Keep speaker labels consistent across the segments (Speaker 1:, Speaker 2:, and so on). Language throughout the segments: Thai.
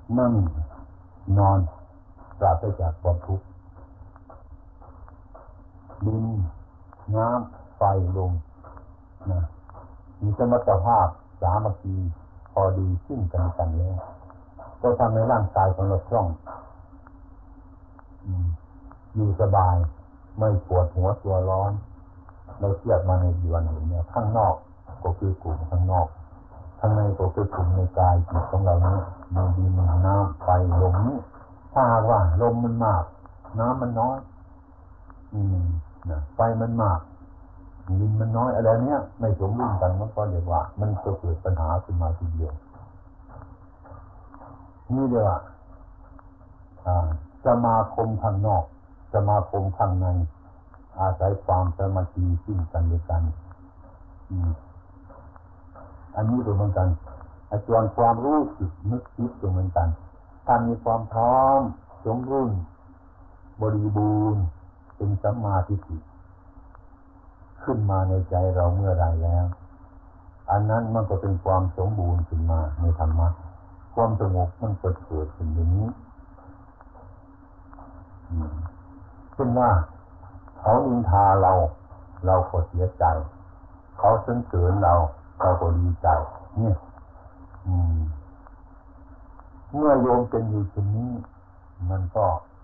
Speaker 1: นั่งนอนปราศจากความทุกข์ดินน้ำไฟลมนะมีสมรรถภาพสามัคคีพอดีซึ่งกันและกันแล้วก็ทำให้ร่างกายของเราคล่องอยู่สบายไม่ปวดหัวตัวร้อนเราเทียบมาในกี่วันเนี่ยข้างนอกก็คือกลุ่มข้างนอกข้างในก็คือกลุ่มในกายจิตของเรานี้มีดินน้ำไฟลมนี้ถ้าว่าลมมันมากน้ำมันน้อยไฟมันมากดินมันน้อยอะไรเนี้ยไม่สมดุลกันมันก็เรียกว่ามันจะเกิดปัญหาขึ้นมาทีเดียวนี่เดียวสมาคมข้างนอกสมาคมข้างในอาศัยความสามัคคีซึ่งกันและกันอันนี้ก็เหมือนกันส่วนความรู้สึกนึกคิดก็เหมือนกันถ้ามีความพร้อมสมบูรณ์บริบูรณ์เป็นสัมมาทิฏฐิขึ้นมาในใจเราเมื่อไรแล้วอันนั้นมันก็เป็นความสมบูรณ์ขึ้นมาในธรรมะความสงบมันเกิดขึ้นอย่างนี้เช่นว่าเขานินทาเราก็เสียใจเขาสรรเสริญเราก็ดีใจเนี่ยเมื่อโยมเป็นอยู่เช่นนี้มันก็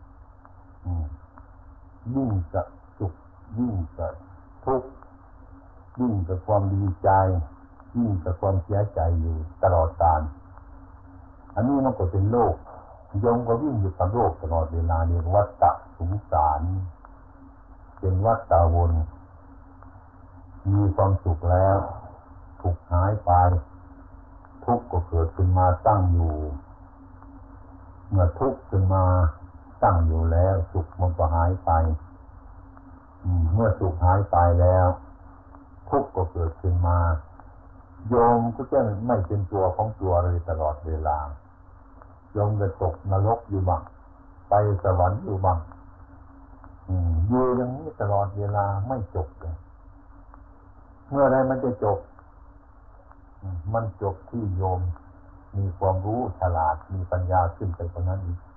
Speaker 1: ยิ่งจะสุขยิ่งจะทุกข์ยิ่งจะความดีใจยิ่งจะความเสียใจอยู่ตลอดกาลอันนี้มันก็เป็นโลกโยมก็วิ่งอยู่กับโลกตลอดเวลาเรียกวัฏฏะสงสารเป็นวัฏฏะวนมีความสุขแล้วทุกข์หายไปทุกข์ก็เกิดขึ้นมาตั้งอยู่เมื่อทุกข์ขึ้นมาตั้งอยู่แล้วสุขมันก็หายไปเมื่อสุขหายไปแล้วทุกข์ก็เกิดขึ้นมาโยมก็จะไม่เป็นตัวของตัวเลยตลอดเวลาโยมจะตกนรกอยู่บ้างไปสวรรค์อยู่บ้างอยู่อย่างนี้ตลอดเวลาไม่จบเลยเมื่อไรมันจะจบมันจบที่โยมมีความรู้ฉลาดมีปัญญาขึ้นไปกว่านั้นอีก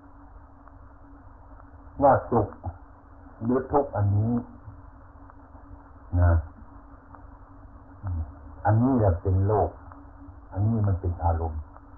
Speaker 1: ว่าสุขหรือทุกข์อันนี้นะอันนี้แหละเป็นโลกอันนี้มันเป็นอารมณ์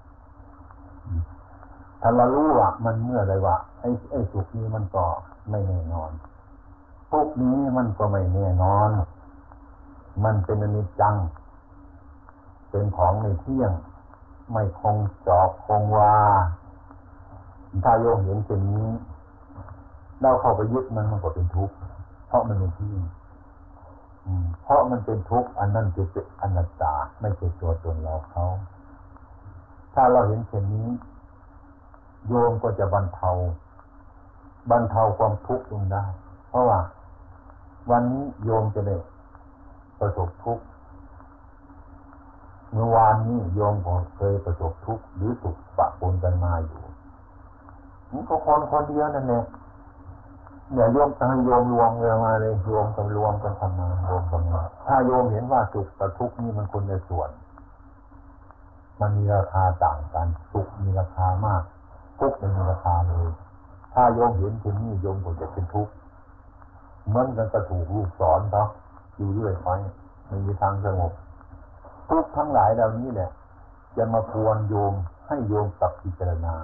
Speaker 1: ถ้าเรารู้ว่ามันเมื่อไรว่าไอ้สุขนี้มันก็ไม่แน่นอนทุกข์นี้มันก็ไม่แน่นอนมันเป็นอนิจจังเป็นของไม่เที่ยงไม่คงจอบคงวาถ้าโยมเห็นเช่นนี้เราเข้าไปยึดมันก็เป็นทุกข์เพราะมันไม่เที่ยงเพราะมันเป็นทุกข์อันนั้นจะเป็นอนัตตาไม่ใช่ตัวตนเราเขาถ้าเราเห็นเช่นนี้โยมก็จะบรรเทาความทุกข์ลงได้เพราะว่าวันนี้โยมจะได้ประสบทุกข์เมื่อวานนี้โยมก็เคยประสบทุกข์หรือสุขปะปนกันมาอยู่มันก็คนเดียวนั่นแหละเนี่ยโยมจะให้โยมรวมกันมาเลยโยมกันรวมกันทำมารวมกันมาถ้าโยมเห็นว่าสุขกับทุกข์นี่มันคนในส่วนมันมีราคาต่างกันสุขมีราคามากทุกข์ไม่มีราคาเลยถ้าโยมเห็นเช่นนี้โยมก็จะเป็นทุกข์เหมือนกันก็ถูกลูกสอนเขาอยู่เรื่อยไปไม่มีทางสงบทุกข์ทั้งหลายเหล่านี้แหละจะมาพวนโยมให้โยมกับพิจารณา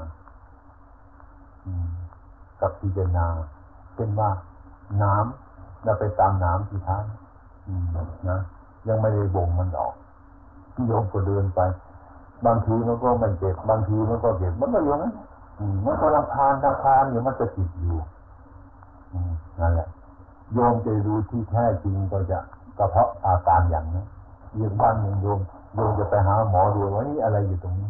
Speaker 1: เป็นว่าน้ำเราไปตามน้ำที่ท้ายนะยังไม่ได้บ่งมันออกโยมก็เดินไปบางทีมันก็ไม่เจ็บบางทีมันก็เจ็บมันก็อยู่นั้นมันก็รำคาญอยู่มันจะติดอยู่นั่นแหละโยมจะรู้ที่แท้จริงก็เพราะอาการอย่างนั้นอีกวันหนึ่งโยมจะไปหาหมอดูว่านี่อะไรอยู่ตรงนี้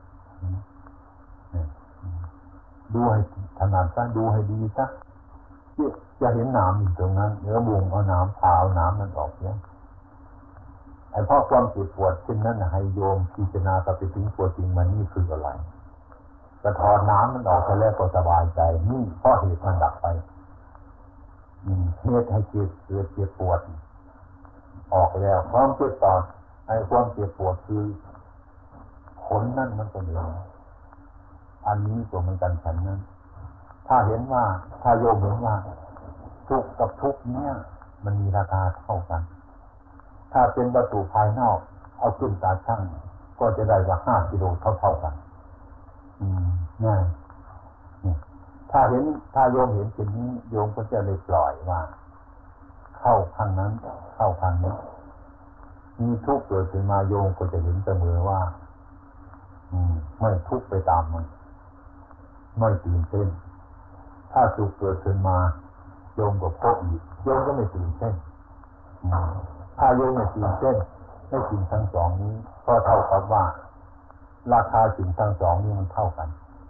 Speaker 1: ดูให้ถนัดซะดูให้ดีซะจะเห็นหนามอยู่ตรงนั้นแล้วบ่งเอาหนามพาเอาหนามมันออกเนี่ยไอ้เพราะความเจ็บปวดเช่นนั้นให้โยมพิจารณาไปถึงตัวจริงมันนี่คืออะไรกระถอนน้ำมันออกไปแล้วก็สบายใจนี่เพราะเหตุมันดับไปเหตุให้เจ็บปวดออกแล้วความเจ็บปวดไอ้ความเจ็บปวดคือผลนั่นมันก็เหลืออันนี้ก็เหมือนกันฉันนั้นถ้าโยมเห็นว่าสุขกับทุกข์เนี่ยมันมีราคาเท่ากันถ้าเป็นวัตถุภายนอกเอาขึ้นตาช่างก็จะได้ว่า5 กิโลเท่ากันง่ายนี่ถ้าโยมเห็นเช่นนี้โยมก็จะเลยปล่อยว่าเข้าข้างนั้นเข้าข้างนี้มีทุกข์เกิดขึ้นมาโยมก็จะเห็นเสมอว่าไม่ทุกข์ไปตามมันไม่ตื่นเต้นถ้าสุขเกิดขึ้นมาโยมก็พบอีกโยมก็ไม่ตื่นเต้นถ้าโยมไม่ตื่นเต้นในสิ่งทั้งสองนี้ก็เท่ากับว่าราคาสิ่งทั้งสองนี้มันเท่ากัน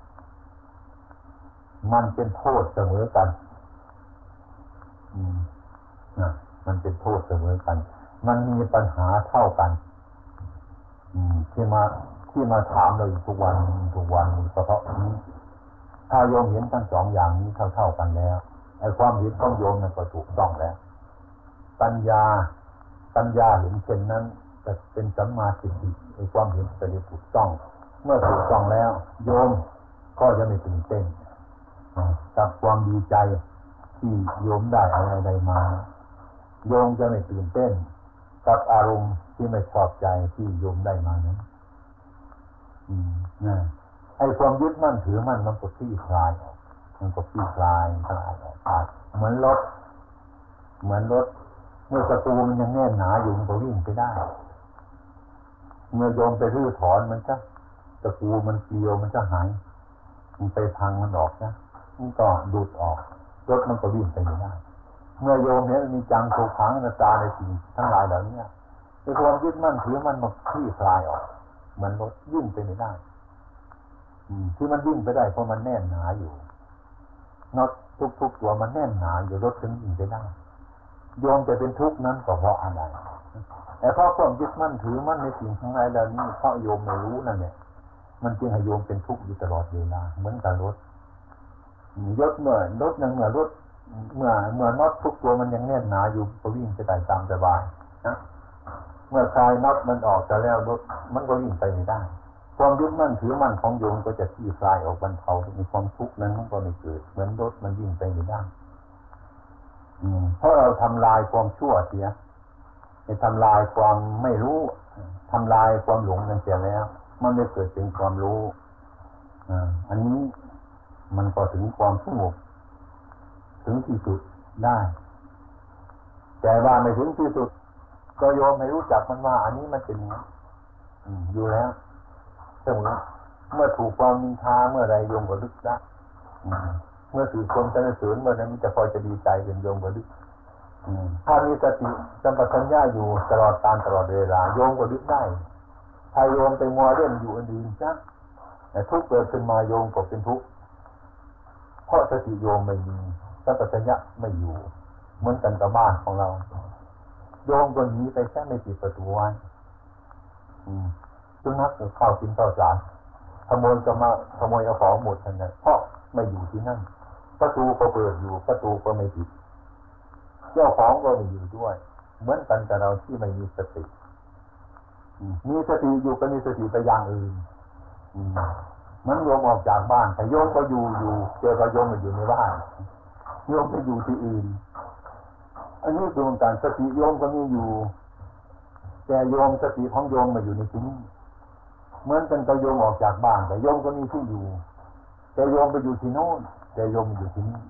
Speaker 1: มันเป็นโทษเสมอกันมันเป็นโทษเสมอกันมันมีปัญหาเท่ากันที่มาถามเราอยู่ทุกวันก็เพราะนี้ถ้าโยมเห็นทั้งสองอย่างนี้เท่ากันแล้วไอ้ความเห็นของโยมนั้นก็ถูกต้องแล้วปัญญาเห็นเช่นนั้นจะเป็นสัมมาทิฏฐิไอ้ความเห็นเป็นถูกต้องเมื่อถูกต้องแล้วโยมก็จะไม่ตื่นเต้นกับความดีใจที่โยมได้อะไรมาโยมจะไม่ตื่นเต้นกับอารมณ์ที่ไม่ชอบใจที่โยมได้มานั้นไอ้ความยึดมั่นถือมั่นมันก็คลี่คลายออกเหมือนรถเมื่อตะปูมันยังแน่นหนาอยู่มันก็วิ่งไปได้เมื่อโยมไปรื้อถอนมันจะตะปูมันเกลียวมันจะหายมันไปพังมันออกนะมันก็ดูดออกรถมันก็วิ่งไปไม่ได้เมื่อโยมเห็นมีจังทุกขังอนัตตาในสิ่งทั้งหลายเหล่านี้ไอ้ความยึดมั่นถือมันคลี่คลายออกเหมือนรถวิ่งไปไม่ได้ที่มันวิ่งไปได้เพราะมันแน่นหนาอยู่น็อตทุกตัวมันแน่นหนาอยู่รถถึงวิ่งไปได้โยมจะเป็นทุกข์นั้นก็เพราะอะไรแต่เพราะความยึดมั่นถือมั่นในสิ่งทั้งหลายเหล่านี้เพราะโยมไม่รู้นั่นแหละมันจึงให้โยมเป็นทุกข์อยู่ตลอดเวลาเหมือนกับรถรถเมื่อน็อตทุกตัวมันยังแน่นหนาอยู่ก็วิ่งไปได้ตามสบายนะเมื่อคลายน็อตมันออกจะแล้วรถมันก็วิ่งไปไม่ได้ความยึดมั่นถือมั่นของโยมก็จะคลี่คลายออกบรรเทามีความทุกข์นั้นมันก็ไม่เกิดเหมือนรถมันวิ่งไปไม่ได้เพราะเราทำลายความชั่วเสียทำลายความไม่รู้ทำลายความหลงนั่นเสียแล้วมันได้เกิดเป็นความรู้อันนี้มันก็ถึงความสงบถึงที่สุดได้แต่ว่าไม่ถึงที่สุดก็โยมไม่รู้จักมันว่าอันนี้มันเป็นอยู่แล้วเสมอเมื่อถูกความนินทาเมื่อไรโยมก็ลึกได้เมื่อถูกความสรรเสริญเมื่อนั้นจะพอจะดีใจเป็นโยมก็ลึกถ้ามีสติสัมปชัญญะอยู่ตลอดการตลอดเวลาโยมก็ลึกได้ถ้าโยมไปมัวเล่นอยู่อันอื่นจ้ะแต่ทุกข์เกิดขึ้นมาโยมก็เป็นทุกข์เพราะสติโยมไม่มีสัมปชัญญะไม่อยู่เหมือนกันกับบ้านของเราโยมคนนี้ไปแค่ไม่ปิดประตูไว้สุนัขเข้ากินข้าวสารขโมยเอาของหมดทั้งนั้นเพราะไม่อยู่ที่นั่นประตูก็เปิดอยู่ประตูก็ไม่ปิดเจ้าของก็ไม่อยู่ด้วยเหมือนกันกับเราที่ไม่มีสติมีสติอยู่ก็มีสติไปอย่างอื่นมันโยมออกจากบ้านแต่โยมก็อยู่เจอกับโยมมาอยู่ในบ้านโยมไปอยู่ที่อื่นอันนี้คือการสติโยมก็มีอยู่แต่โยมสติของโยมมาอยู่ในที่นี้เหมือนกันกับโยมออกจากบ้านแต่โยมก็มีที่อยู่แต่โยมไปอยู่ที่โน่นแต่โยมอยู่ที่นี่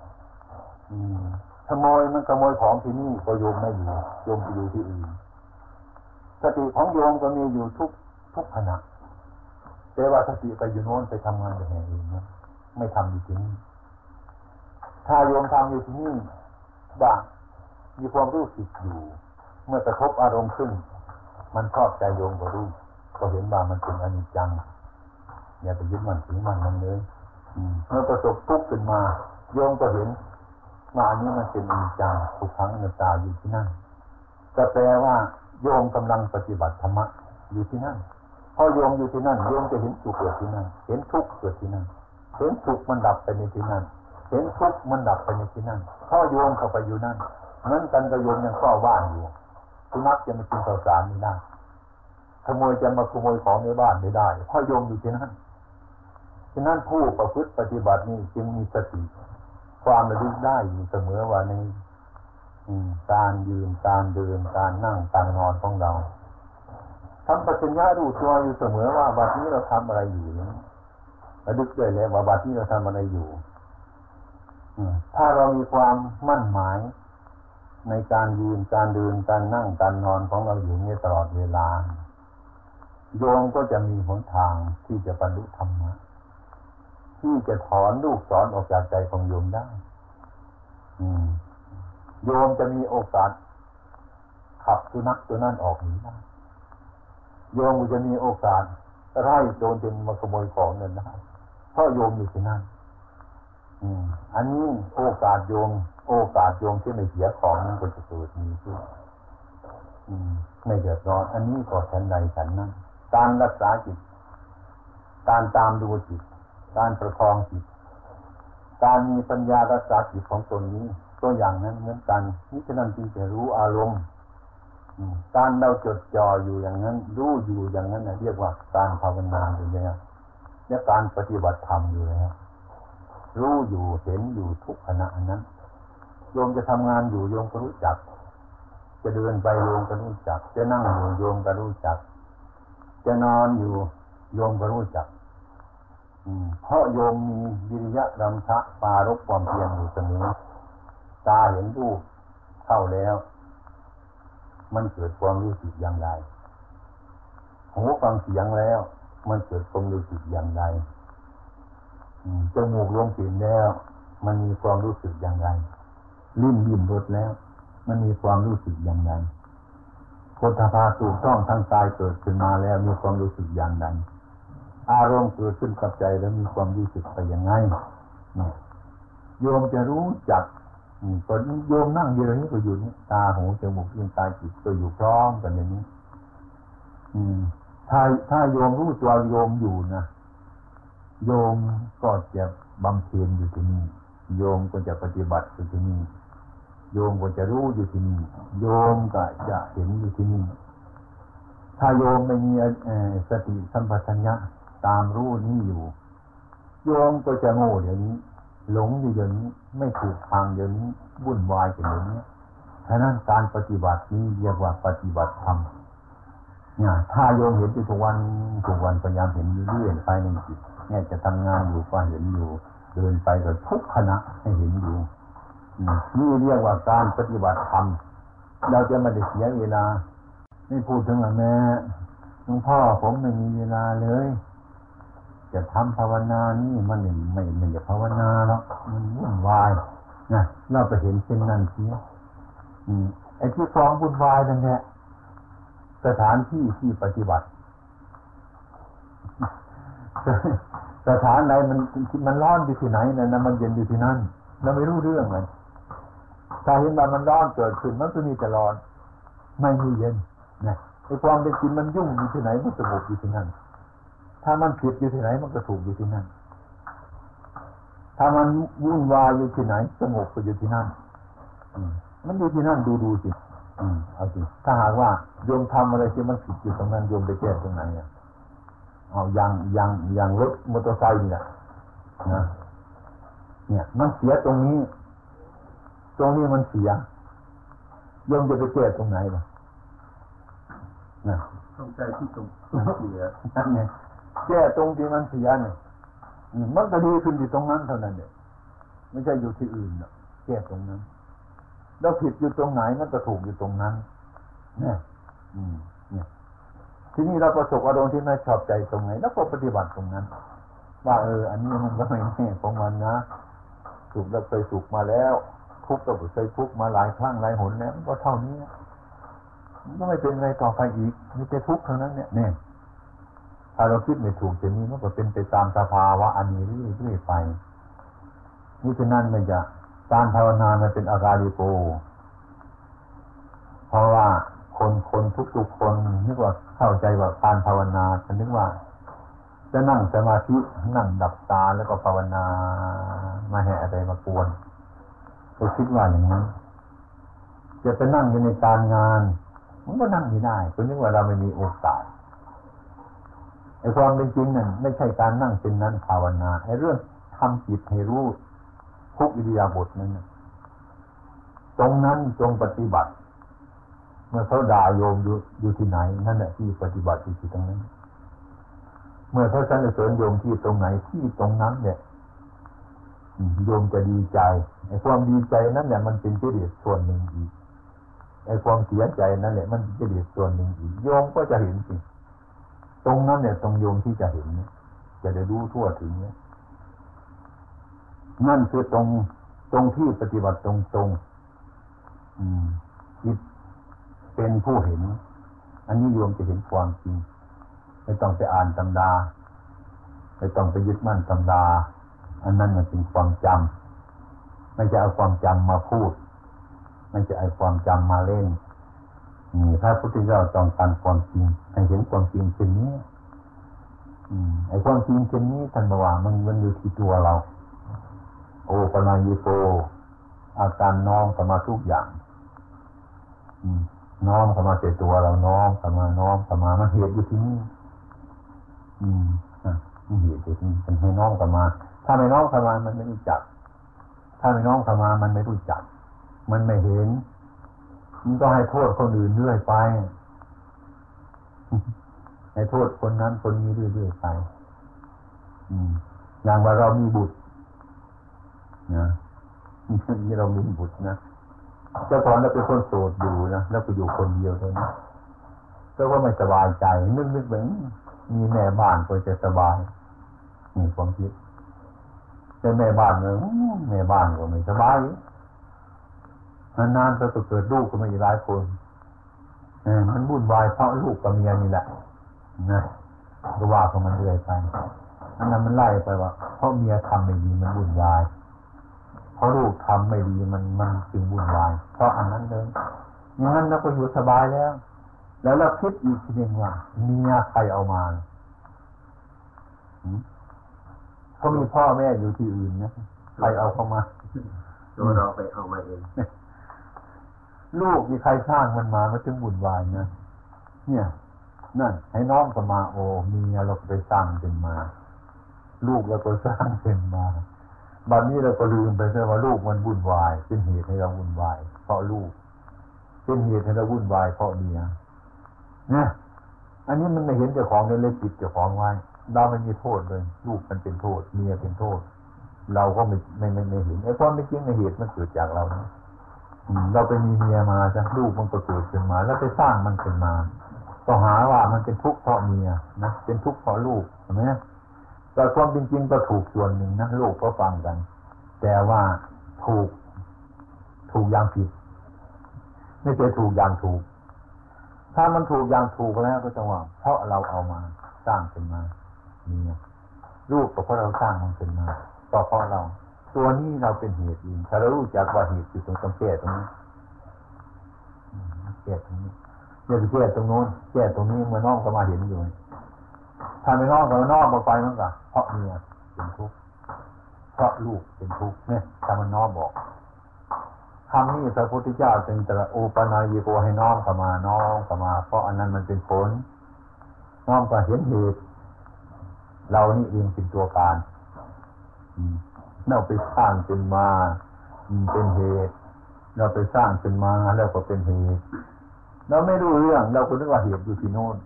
Speaker 1: ขโมยมันขโมยของที่นี่ก็โยมไม่อยู่โยมไปอยู่ที่อื่นสติของโยมก็มีอยู่ทุกขณะแต่ว่าสติไปอยู่โน่นไปทำงานอย่างอื่นนะไม่ทำอยู่ที่นี่ถ้าโยมทำอยู่ที่นี่บ้างมีความรู้สึกอยู่เมื่อกระทบอารมณ์ขึ้นมันชอบใจโยมก็รู้ก็เห็นว่ามันเป็นอนิจจังอย่าไปยึดมันถือมันเลยเมื่อประสบทุกข์ขึ้นมาโยมก็เห็นว่าอันนี้มันเป็นอนิจจังทุกขังอนัตตาอยู่ที่นั่นก็แปลว่าโยมกำลังปฏิบัติธรรมะอยู่ที่นั่นพอโยมอยู่ที่นั่นโยมจะเห็นสุขเกิดที่นั่นเห็นทุกข์เกิดที่นั่นเห็นสุขมันดับไปในที่นั่นเห็นทุกข์มันดับไปในที่นั่นพอโยมเข้าไปอยู่นั่นเหมือนกันกับโยมยังเฝ้าบ้านอยู่สุนัขจะมากินข้าวสารไม่ได้ขโมยจะมาขโมยของในบ้านไม่ได้เพราะโยมอยู่ที่นั่นฉะนั้นผู้ประพฤติปฏิบัตินี้จึงมีสติความระลึกได้อยู่เสมอว่าในการยืนการเดินการนั่งการนอนของเราทำปัญญารู้ตัวอยู่เสมอว่าบัดนี้เราทำอะไรอยู่ระลึกได้แล้วว่าบัดนี้เราทำอะไรอยู่ถ้าเรามีความมั่นหมายในการยืนการเดินการนั่งการนอนของเราอยู่นี้ตลอดเวลาโยมก็จะมีหนทางที่จะบรรลุธรรมะที่จะถอนลูกศรออกจากใจของโยมได้โยมจะมีโอกาสขับสุนัขตัวนั้นออกหนีได้โยมจะมีโอกาสไล่โจรจนมาขโมยของเงินได้เพราะโยมอยู่ที่นั่นอันนี้โอกาสโยมที่ไม่เสียของนั้นก็จะเกิดมีขึ้นไม่เดือดร้อนอันนี้ก็ฉันใดฉันนั้นการรักษาจิตการตามดูจิตการประคองจิตการมีปัญญารักษาจิตของตนนี้ตัวอย่างนั้นเหมือนกันนี่ฉะนั้นจึงจะรู้อารมณ์การเราจดจ่ออยู่อย่างนั้นรู้อยู่อย่างนั้นเรียกว่าการภาวนาอยู่แล้วและการปฏิบัติธรรมอยู่แล้วรู้อยู่เห็นอยู่ทุกขณะนั้นโยมจะทำงานอยู่โยมก็รู้จักจะเดินไปโยมก็รู้จักจะนั่งอยู่โยมก็รู้จักจะนอนอยู่โยมก็รู้จักเพราะโยมมีวิริยะรำทะปารภความเพียรอยู่เสมอตาเห็นรูปเข้าแล้วมันเกิดความรู้สึกอย่างไรหูฟังเสียงแล้วมันเกิดความรู้สึกอย่างไรจมูกลมกลิ่นแล้วมันมีความรู้สึกอย่างไรลิ้นลิ้มรสแล้วมันมีความรู้สึกอย่างไรโผฏฐัพพะถูกต้องทางกายเกิดขึ้นมาแล้วมีความรู้สึกอย่างไรอารมณ์เกิดขึ้นกับใจแล้วมีความรู้สึกไปยังไงโยมจะรู้จักตอนนี้โยมนั่งอยู่อย่างนี้ก็อยู่นี่ตาหูจมูกลิ้นกายจิตก็อยู่พร้อมกันอย่างนี้ถ้าโยมรู้ตัวโยมอยู่นะโยมก็จะบำเพ็ญอยู่ที่นี่โยมก็จะปฏิบัติอยู่ที่นี่โยมก็จะรู้อยู่ที่นี่โยมก็จะเห็นอยู่ที่นี่ถ้าโยมไม่มีสติสัมปชัญญะตามรู้นี่อยู่โยมก็จะโง่เดี๋ยวนี้หลงอยู่เดี๋ยวนี้ไม่ถูกทางเดี๋ยวนี้วุ่นวายกันเดี๋ยวนี้ฉะนั้นการปฏิบัตินี้เรียกว่าปฏิบัติธรรมเนี่ยถ้าโยมเห็นทุกวันพยายามเห็นเรื่อยๆไปในจิตเนี่ยจะทำงานอยู่ก็เห็นอยู่เดินไปก็ทุกขณะให้เห็นอยู่นี่เรียกว่าการปฏิบัติธรรมเราจะไม่ได้เสียเวลาไม่พูดถึงแม่หลวงพ่อผมไม่มีเวลาเลยจะทำภาวนานี่มันไม่จะภาวนาหรอกมันวุ่นวายนะเราไปเห็นเช่นนั้นเสียไอ้ที่ความวุ่นวายนั่นแหละสถานที่ที่ปฏิบัติสถานไหนมันร้อนอยู่ที่ไหนนั่นมันเย็นอยู่ที่นั่นเราไม่รู้เรื่องเลยถ้าเห็นว่ามันร้อนเกิดขึ้นมันก็มีแต่ร้อนไม่มีเย็นนะไอ้ความเป็นจริงมันยุ่งอยู่ที่ไหนมันสงบอยู่ที่นั่นถ้ามันผิดอยู่ที่ไหนมันก็ถูกอยู่ที่นั่นถ้ามันวุ่นวายอยู่ที่ไหนสงบก็อยู่ที่นั่นมันอยู่ที่นั่นดูสิเอาสิถ้าหากว่าโยมทำอะไรที่มันผิดอยู่ตรงนั้นโยมไปแก้ตรงไหนอ่ะเอาอย่างรถมอเตอร์ไซค์เนี่ยนะเนี่ยมันเสียตรงนี้มันเสียโยมจะไปแก้ตรงไหนล่ะนะ
Speaker 2: ต้องใจที่ตรงเสีย
Speaker 1: นั่นไงแก้ตรงที่มันเสียเนี่ยมันก็ดีขึ้นที่ตรงนั้นเท่านั้นเนี่ยไม่ใช่อยู่ที่อื่นนะแก้ตรงนั้นแล้วผิดอยู่ตรงไหนมันก็ถูกอยู่ตรงนั้นเนี่ยเนี่ยทีนี้เราประสบอารมณ์ที่ไม่ชอบใจตรงไหนแล้วก็ปฏิบัติตรงนั้นว่าอันนี้มันก็ไม่แน่ของมันนะสุขเราเคยสุขมาแล้วทุกข์เราเคยทุกข์มาหลายครั้งหลายหนแล้วก็เท่านี้มันก็ไม่เป็นอะไรต่อไปอีกมีแต่ทุกข์เท่านั้นเนี่ยถ้าเราคิดไม่ถูกจะนี้มันก็เป็นไปตามสภาวะอันนี้เรื่อยๆไปนี่ฉะนั้นมันจะการภาวนามันเป็นอาการิโกเพราะว่าคนทุกๆคนนึกว่าเข้าใจว่าการภาวนาฉันนึกว่าจะนั่งสมาธินั่งดับตาแล้วก็ภาวนามาแห่อะไรมากวนก็คิดว่าอย่างนั้นจะไปนั่งอยู่ในการงานมันก็นั่งไม่ได้ก็นึกว่าเราไม่มีโอกาสไอ้ความเป็นจริงนั่นไม่ใช่การนั่งเป็นนั้นภาวนาไอ้เรื่องทำจิตให้รู้ทุกอิริยาบถนั้นตรงนั้นจงปฏิบัติเมื่อเขาด่าโยมอยู่ที่ไหนนั่นแหละที่ปฏิบัติอยู่ที่ตรงนั้นเมื่อเขาสรรเสริญโยมที่ตรงไหนที่ตรงนั้นเนี่ยโยมจะดีใจไอ้ความดีใจนั่นแหละมันเป็นกิเลสส่วนหนึ่งอีกไอ้ความเสียใจนั่นแหละมันกิเลสส่วนหนึ่งอีกโยมก็จะเห็นจริงตรงนั้นเนี่ยตรงโยมที่จะเห็นเนี่ยจะได้รู้ทั่วถึงเนี่ยนั่นคือตรงที่ปฏิบัติตรงจิตเป็นผู้เห็นอันนี้โยมจะเห็นความจริงไม่ต้องไปอ่านตำราไม่ต้องไปยึดมั่นตำราอันนั้นมันเป็นความจำไม่จะเอาความจำมาพูดไม่จะเอาความจำมาเล่นพระพุทธเจ้าต้องการความจริงให้เห็นความจริงเช่นนี้ไอ้ความจริงเช่นนี้ท่านบอกว่ามันอยู่ที่ตัวเราโอปนัญญิโกอาการน้อมเข้ามาทุกอย่างน้อมเข้ามาเจตตัวเราน้อมเข้ามามันเหตุอยู่ที่นี่มันเหตุอยู่ที่นี่มันให้น้อมเข้ามาถ้าไม่น้อมเข้ามามันไม่รู้จักถ้าไม่น้อมเข้ามามันไม่รู้จักมันไม่เห็นมันก็ให้โทษคนอื่นเรื่อยไปให้โทษคนนั้นคนนี้เรื่อยๆไปอย่างว่าเรามีบุตรนะนี่เรามีบุตรนะเจ้าของเราเป็นคนโสดอยู่นะแล้วก็อยู่คนเดียวเท่านั้นก็ไม่สบายใจนึกๆแบบมีแม่บ้านก็จะสบายมีความคิดแต่แม่บ้านแม่บ้านก็ไม่สบายนานๆก็เกิดลูกก็ไม่หลายคนมันวุ่นวายเพราะลูกกับเมียนี่แหละนะก็ว่าของมันเรื่อยไปอันนั้นมันไล่ไปว่าเพราะเมียทำไม่ดีมันวุ่นวายเพราะลูกทำไม่ดีมันจึงวุ่นวายเพราะอันนั้นเลยอย่างนั้นเราก็อยู่สบายแล้วเราคิดอีกทีนึงว่าเมียใครเอามาเขามีพ่อแม่อยู่ที่อื่นนะใครเอาเข้ามา
Speaker 2: ตัวเราไปเอามาเอง
Speaker 1: ลูกมีใครสร้างมันมามันจึงวุ่นวายนะเนี่ยนั่นให้น้อมเข้ามาโอ้มีเราไปสร้างเป็นมาลูกเราก็สร้างเป็นมาบัดนี้เราก็ลืมไปซะว่าลูกมันวุ่นวายเป็นเหตุให้เราวุ่นวายเพราะลูกเป็นเหตุให้เราวุ่นวายเพราะเมียเนี่ยอันนี้มันไม่เห็นเจ้าของเลยจิตเจ้าของไว้เราไม่มีโทษเลยลูกมันเป็นโทษเมียเป็นโทษเราก็ไม่เห็นไอ้ความไม่จริงในเหตุมันเกิดจากเรานะเราไปมีเมียมาจ้ะลูกมันก็เกิดขึ้นมาแล้วไปสร้างมันขึ้นมาก็หาว่ามันเป็นทุกข์เพราะเมียนะเป็นทุกข์เพราะลูกใช่ไหมแต่ความเป็นจริงก็ถูกส่วนหนึ่งนะโลกก็ฟังกันแต่ว่าถูกอย่างผิดไม่ใช่ถูกอย่างถูกถ้ามันถูกอย่างถูกแล้วก็จะว่าเพราะเราเอามาสร้างขึ้นมาเนี่ยลูกก็เพราะเราสร้างมันขึ้นมาก็เพราะเราตัวนี้เราเป็นเหตุเองถ้าเรารู้จักว่าเหตุอยู่ตรงแก้ตรงนี้แก้ตรงนี้อย่าไปแก้ตรงโน้นแก้ตรงนี้เมื่อน้องก็มาเห็นอยู่ถ้าไม่น้องก็น้องมาไปมันก็เพราะเมียเป็นทุกข์เพราะลูกเป็นทุกข์เนี่ยถ้ามันน้องบอกคำนี้พระพุทธเจ้าจึงตรัสโอปนัญญิโกให้น้อมเข้ามาเพราะอันนั้นมันเป็นผลน้อมก็เห็นเหตุเรานี่เองเป็นตัวการเราไปสร้างขึ้นมาเป็นเหตุเราไปสร้างขึ้นมาแล้วก็เป็นเหตุเราไม่รู้เรื่องเราก็นึกว่าเหตุอยู่ที่โน่น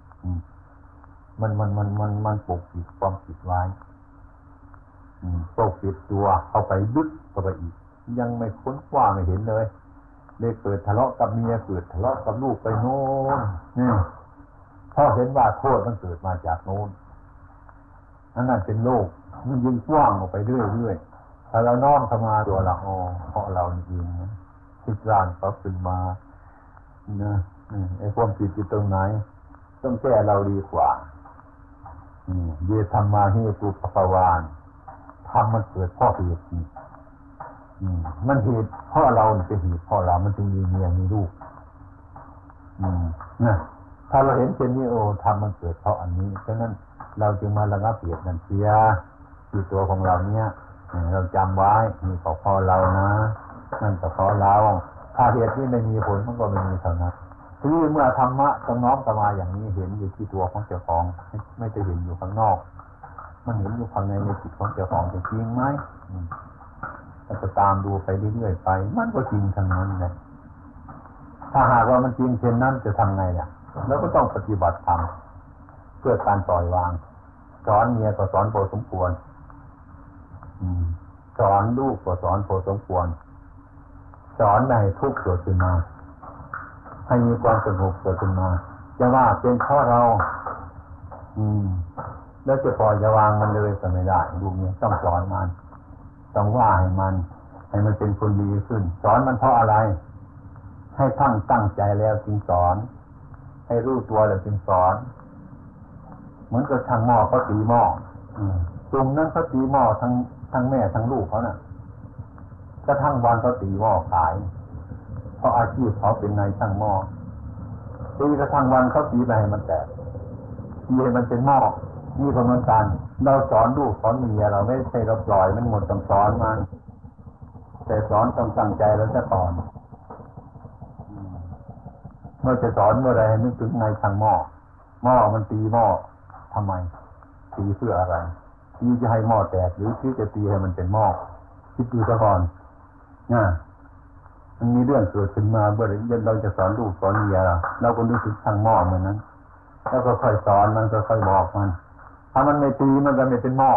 Speaker 1: มันปกปิดความผิดไว้ปกปิดตัวเข้าไปลึกเข้าไปอีกยังไม่ค้นคว้าไม่เห็นเลยเลยเกิดทะเลาะกับเมียเกิดทะเลาะกับลูกไปโน่นนี่พอเห็นว่าโทษมันเกิดมาจากโน่นอันนั้นเป็นโลกมันยิ่งกว้างออกไปเรื่อยๆถ้าเราน้อมเข้ามาตัวเราเพราะเรานี่เองนะที่สร้างเขาขึ้นมานะไอ้ความผิดอยู่ตรงไหนต้องแก้เราดีกว่าเยธรรมาหิตุปปวานธรรมมันเกิดเพราะเหตุมันเหตุเพราะเราเป็นเหตุเพราะเรามันจึงมีเมียมีลูกนะถ้าเราเห็นเช่นนี้ธรรมมันเกิดเพราะอันนี้ฉะนั้นเราจึงมาระงับเหตุนั่นเสียที่ตัวของเราเนี้ยเราจำไว้มีเพราะเรานะนั่นก็เพราะเราถ้าเหตุที่ไม่มีผลมันก็ไม่มีเท่านั้นทีนี้เมื่อธรรมะต้องน้อมเข้ามาอย่างนี้เห็นอยู่ที่ตัวของเจ้าของไม่ได้เห็นอยู่ข้างนอกมันเห็นอยู่ข้างในจิตของเจ้าของจริงไหมเราจะตามดูไปเรื่อยๆไปมันก็จริงทั้งนั้นเลยถ้าหากว่ามันจริงเช่นนั้นจะทำไงเนี่ยแล้วก็ต้องปฏิบัติธรรมเพื่อการปล่อยวางสอนเมียก็สอนพอสมควรสอนลูกก็สอนพอสมควรสอนในทุกข์เกิดขึ้นมาให้มีความสงบเกิดขึ้นมาจะว่าเป็นเพราะเราแล้วจะปล่อยจะวางมันเลยก็ไม่ได้ลูกเนี่ยต้องสอนมันต้องว่าให้มันเป็นคนดีขึ้นสอนมันเพราะอะไรให้ตั้งใจแล้วจึงสอนให้รู้ตัวแล้วจึงสอนเหมือนกับทางหม้อเขาตีหม้อตรงนั้นเขาตีหม้อทั้งแม่ทั้งลูกเขาน่ะก็ทั้งวันเขาตีหม้อขายเพราะอาชีพเขาเป็นนายช่างหม้อตีกระทั่งวันเขาตีไปให้มันแตกตีให้มันเป็นหม้อนี่ก็เหมือนกันเราสอนลูกสอนเมียเราไม่ใช่เราปล่อยมันหมดต้องสอนมันแต่สอนต้องตั้งใจแล้วจะสอนเมื่อจะสอนเมื่อไรให้นึกถึงนายช่างหม้อมันตีหม้อทำไมตีเพื่ออะไรตีจะให้หม้อแตกหรือที่จะตีให้มันเป็นหม้อคิดดูซะก่อนมันมีเรื่องเกิดขึ้นมาเมื่อเราจะสอนลูกสอนเมียเราก็นึกถึงช่างหม้อเหมือนนั้นแล้วก็ค่อยสอนมันก็ค่อยบอกมันถ้ามันไม่ตีมันก็ไม่เป็นหม้อ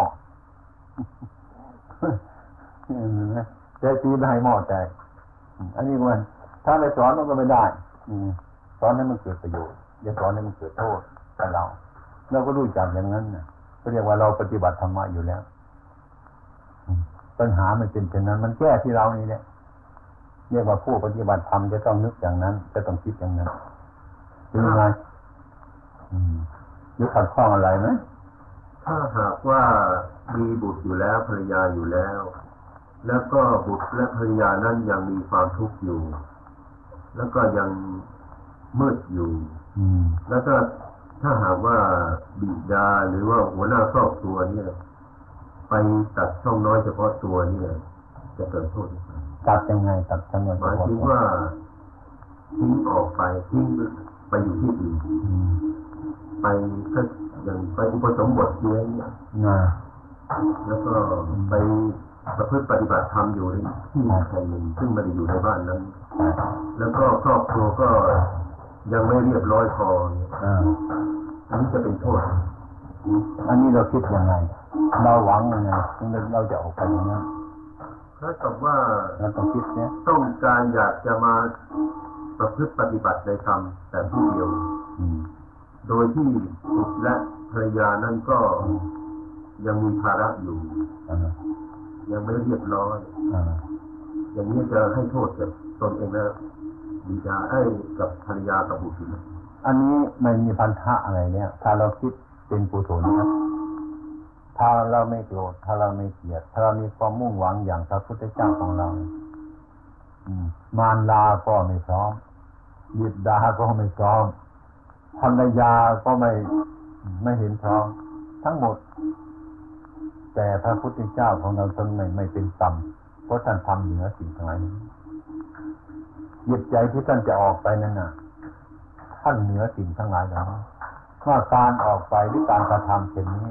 Speaker 1: แต่ตีไม่ให้หม้อแตกอันนี้มันถ้าไม่สอนมันก็ไม่ได้สอนให้มันเกิดประโยชน์อย่าสอนให้มันเกิดโทษกับเราก็รู้จักอย่างนั้นนะก็เรียกว่าเราปฏิบัติธรรมะอยู่แล้วปัญหามันเป็นเช่นนั้นมันแก้ที่เรานี่แหละเรียกว่าผู้ปฏิบัติธรรมจะต้องนึกอย่างนั้นจะต้องคิดอย่างนั้นเป็นยังไงหรือขัดข้องอะไรไหม
Speaker 2: ถ้าหากว่ามีบุตรอยู่แล้วภรรยาอยู่แล้วแล้วก็บุตรและภรรยานั้นยังมีความทุกข์อยู่แล้วก็ยังมืดอยู่แล้วก็ถ้าหากว่าบิดาหรือว่าหัวหน้าครอบครัวเนี่ยไปตัดช่องน้อยเฉพาะตัวเนี่ยจะเกิดโทษ
Speaker 1: ตัดยังไงตัดช่องน้อย
Speaker 2: หมายถึงว่าทิ้งออกไปทิ้งไปอยู่ที่อื่นไปก็อย่างไปอุปสมบทเลี้ยงแล้วก็ไปประพฤติปฏิบัติธรรมอยู่ในที่แห่งหนึ่งซึ่งไม่ได้อยู่ในบ้านนั้นแล้วก็ครอบครัวก็ยังไม่เรียบร้อยพออันนี้จะเป็นโทษ
Speaker 1: อันนี้เราคิดยังไงเราหวังยังไงเราจะออกไปอย่างนั้น
Speaker 2: ถ้ากับว่า
Speaker 1: เราต้องคิดเนี่ย
Speaker 2: ต้องการอยากจะมาประพฤติปฏิบัติในธรรมแต่ผู้เดียวโดยที่บุตรและภรรยานั้นก็ยังมีภาระอยู่ยังไม่เรียบร้อยอย่างนี้จะให้โทษกับตนเองและบิดากับภรรยากับบุตร
Speaker 1: อันนี้ไม่มีพันธะอะไรเนี่ยถ้าเราคิดเป็นกุศลนะถ้าเราไม่โกรธถ้าเราไม่เกลียดถ้าเรามีความมุ่งหวังอย่างพระพุทธเจ้าของเรามารดาก็ไม่พร้อมบิดาก็ไม่พร้อมภรรยาก็ไม่เห็นพร้อมทั้งหมดแต่พระพุทธเจ้าของเราท่านไม่เป็นต่ำเพราะท่านทำเหนือสิ่งทั้งหลายจิตใจที่ท่านจะออกไปนั้นน่ะท่านเหนือสิ่งทั้งหลายแล้วว่าการออกไปหรือการกระทำเช่นนี้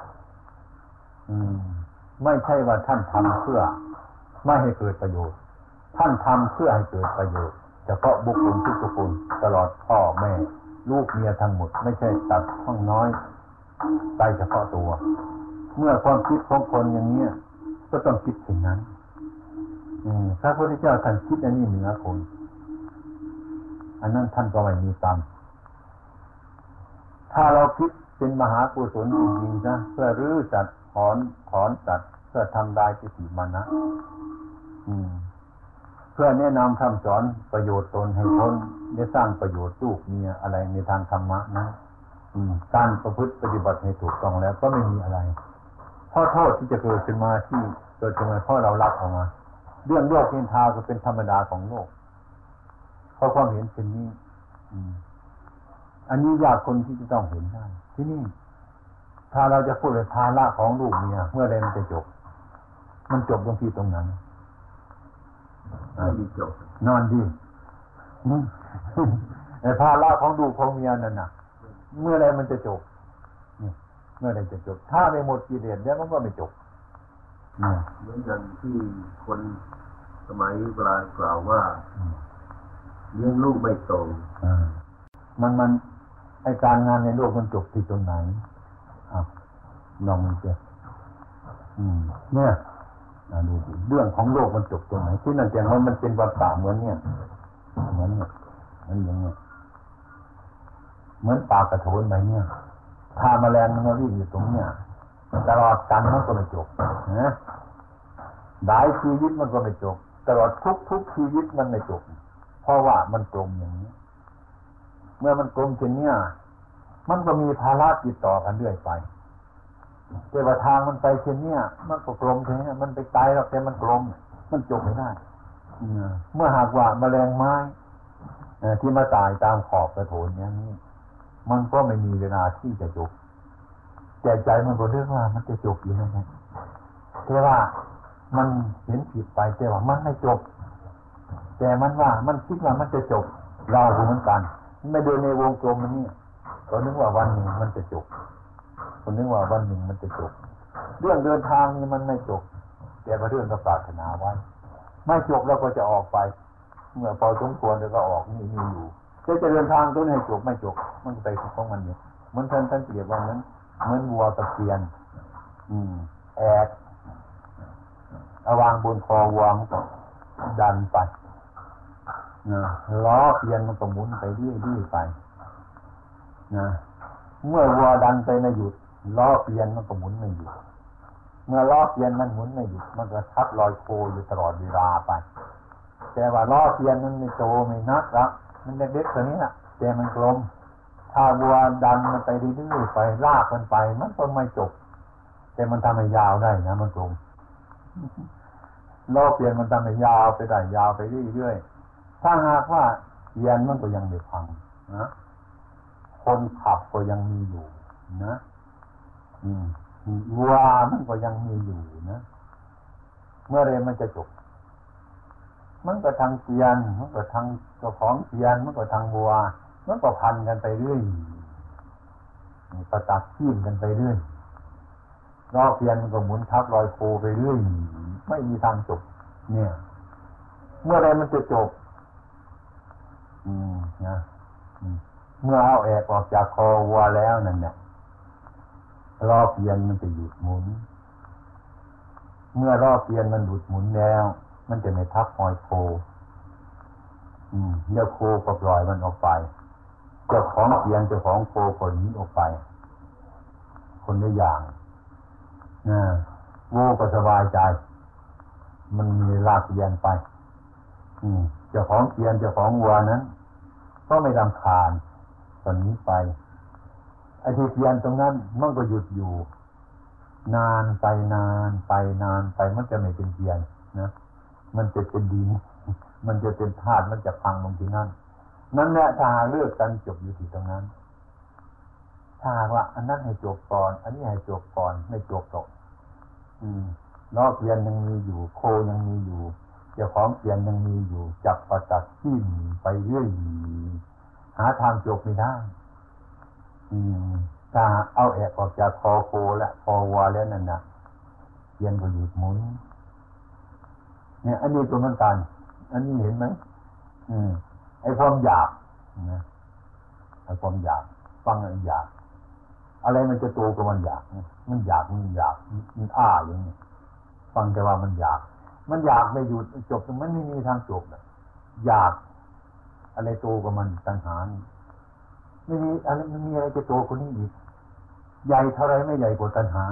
Speaker 1: ไม่ใช่ว่าท่านทำเพื่อไม่ให้เกิดประโยชน์ท่านทำเพื่อให้เกิดประโยชน์เฉพาะบุคคลทุกคนตลอดพ่อแม่ลูกเมียทั้งหมดไม่ใช่ตัดช่องน้อยไปเฉพาะตัวเมื่อความคิดของคนอย่างนี้ก็ต้องคิดถึงนั้นพระพุทธเจ้าท่านคิดอันนี้เหนือคนอันนั้นท่านก็ไม่มีกรรมถ้าเราคิดเป็นมหากุศลจริงๆนะเพื่อรื้อสัตว์ถอนสัตว์เพื่อทำลายทิฏฐิมานะเพื่อแนะนำคำสอนประโยชน์ตนให้พ้นได้สร้างประโยชน์ลูกเมียอะไรในทางธรรมะนะการประพฤติปฏิบัติให้ถูกต้องแล้วก็ไม่มีอะไรเพราะโทษที่จะเกิดขึ้นมาที่เกิดขึ้นมาเพราะเรารับออกมาเรื่องโลกนินทาก็เป็นธรรมดาของโลกเพราะความเห็นเช่นนี้อันนี้ยากคนที่จะต้องเห็นได้ที่นี่ถ้าเราจะพูดเลยภาระของลูกเมียเมื่อใดมันจะจบมันจบตรงที่ตรงนั้น
Speaker 2: จบ
Speaker 1: นอนดีในภาระของลูกของเมียนั่นน่ะเมื่อไรมันจะจบเมื่อไรจะจบถ้าไม่หมดกิเลสแล้วมันก็ไม่จบ
Speaker 2: เหมือนอย่างที่คนสมัยโบราณกล่าวว่าเลี้ยงลูกไม่โต
Speaker 1: มันไอการงานในโลกมันจบที่ตรงไหนลองดูเนี่ยดูดิเรื่องของโลกมันจบตรงไหนที่นั่นแต่มันเป็นวัฏฏะเหมือนเนี่ยเหมือนอย่างเงี้ยเหมือนปลากระโถนไปเนี่ยถ้าแมลงมันวิ่งอยู่ตรงเนี้ยตลอดกันมันก็ไม่จบนะหลายชีวิตมันก็ไม่จบตลอดทุกชีวิตมันไม่จบเพราะว่ามันกลมอย่างนี้เมื่อมันกลมเช่นนี้มันก็มีภาระติดต่อกันเรื่อยไปแต่ว่าทางมันไปเช่นนี้มันก็กลมเช่นนี้มันไปไกลหรอกแต่มันกลมมันจบไม่ได้เมื่อหากว่าแมลงไม้ที่มาตายตามขอบกระโถนอย่างนี้มันก็ไม่มีเวลาที่จะจบแต่ใจมันก็เรื่องว่ามันจะจบอยู่นั่นแหละแต่ว่ามันเห็นผิดไปแต่ว่ามันไม่จบแต่มันว่ามันคิดว่ามันจะจบเราเหมือนกันไม่เดินในวงกลมมันนี่ก็นึกว่าวันหนึ่งมันจะจบคนนึกว่าวันหนึ่งมันจะจบเรื่องเดินทางนี่มันไม่จบแต่ว่าเรื่องก็ปรารถนาไว้ไม่จบแล้วก็จะออกไปเมื่อพอสมควรแล้วก็ออกนี่มีอยู่จะเดินทางตัวนี้จบไม่จบมันไปของมันเนี่ยมันท่านเปรียบว่าเหมือนวัวตะเกียนแอกเอาวางบนคอวัวมันก็ดันไปล้อเปลี่ยนมันก็หมุนไปเรื่อยๆไปเมื่อวัวดันไปไม่หยุดล้อเปลี่ยนมันก็หมุนไม่หยุดเมื่อล้อเปลี่ยนมันหมุนไม่หยุดมันก็ทับลอยโคอยู่ตลอดเวลาไปแต่ว่าล้อเปลี่ยนมันไม่โตไม่นักละมันเล็กๆตัวนี้นะแต่มันกลมถ้าวัวดันมันไปเรื่อยๆไปลากมันไปมันก็ไม่จบแต่มันทำให้ยาวได้นะมันกลมล้อเปลี่ยนมันทำให้ยาวไปได้ยาวไปเรื่อยๆถ้าหากว่าเปลี่ยนมันก็ยังไม่พังนะคนขับก็ยังมีอยู่นะวัวมันก็ยังมีอยู่นะเมื่อไรมันจะจบมันก็ทางเปลี่ยนมันก็ทางเจ้าของเปลี่ยนมันก็ทางวัวมันก็พันกันไปเรื่อยประตักขี้มกันไปเรื่อยล้อเปลี่ยนมันก็หมุนทับลอยโคไปเรื่อยไม่มีทางจบเนี่ยเมื่อไรมันจะจบนะเมื่อเอาแอกออกจากคอวัวแล้วนั่นเนี่ยล้อเปลี่ยนมันจะหยุดหมุนเมื่อล้อเปลี่ยนมันหยุดหมุนแล้วมันจะไม่ทับหอยโคเดี๋ยวโคก็ปล่อยมันออกไปเจ้าของเปลี่ยนเจ้าของโคคนนี้ออกไปคนละอย่างโง่ก็สบายใจมันมีลากเปลี่ยนไปเจ้าของเปลี่ยนเจ้าของวัวนั้นก็ไม่รำคาญคนนี้ไปไอ้ที่เปลี่ยนตรงนั้นมันก็หยุดอยู่นานไปมันจะไม่เป็นเปลี่ยนนะมันจะเป็นดินมันจะเป็นธาตุมันจะพังลงที่นั่นแหละถ้าเลือกกันจบอยู่ที่ตรงนั้นถ้าว่าอันนั้นให้จบก่อนอันนี้ให้จบก่อนไม่จบหรอกล้อเปลี่ยนยังมีอยู่โคยังมีอยู่เจ้าของเปลี่ยนยังมีอยู่จับประตักขี้ไปเรื่อยหาทางจบไม่ได้ถ้าเอาแอกออกจากคอโคและคอวัวแล้วนั่นนะเปลี่ยนก็หยุดหมุนเนี่ยอันนี้ตัวมันกันอันนี้เห็นไหมไอ้ความอยากนะไอ้ความอยากฟังอยากอะไรมันจะโตกับมันอยากมันอยากมันอ้าอย่างนี้ฟังแต่ว่ามันอยากไม่หยุดจบมันไม่มีทางจบอยากอะไรโตกับมันตัณหาไม่มีอะไรมันมีอะไรจะโตกว่านี้อีกใหญ่เท่าไรไม่ใหญ่กว่าตัณหา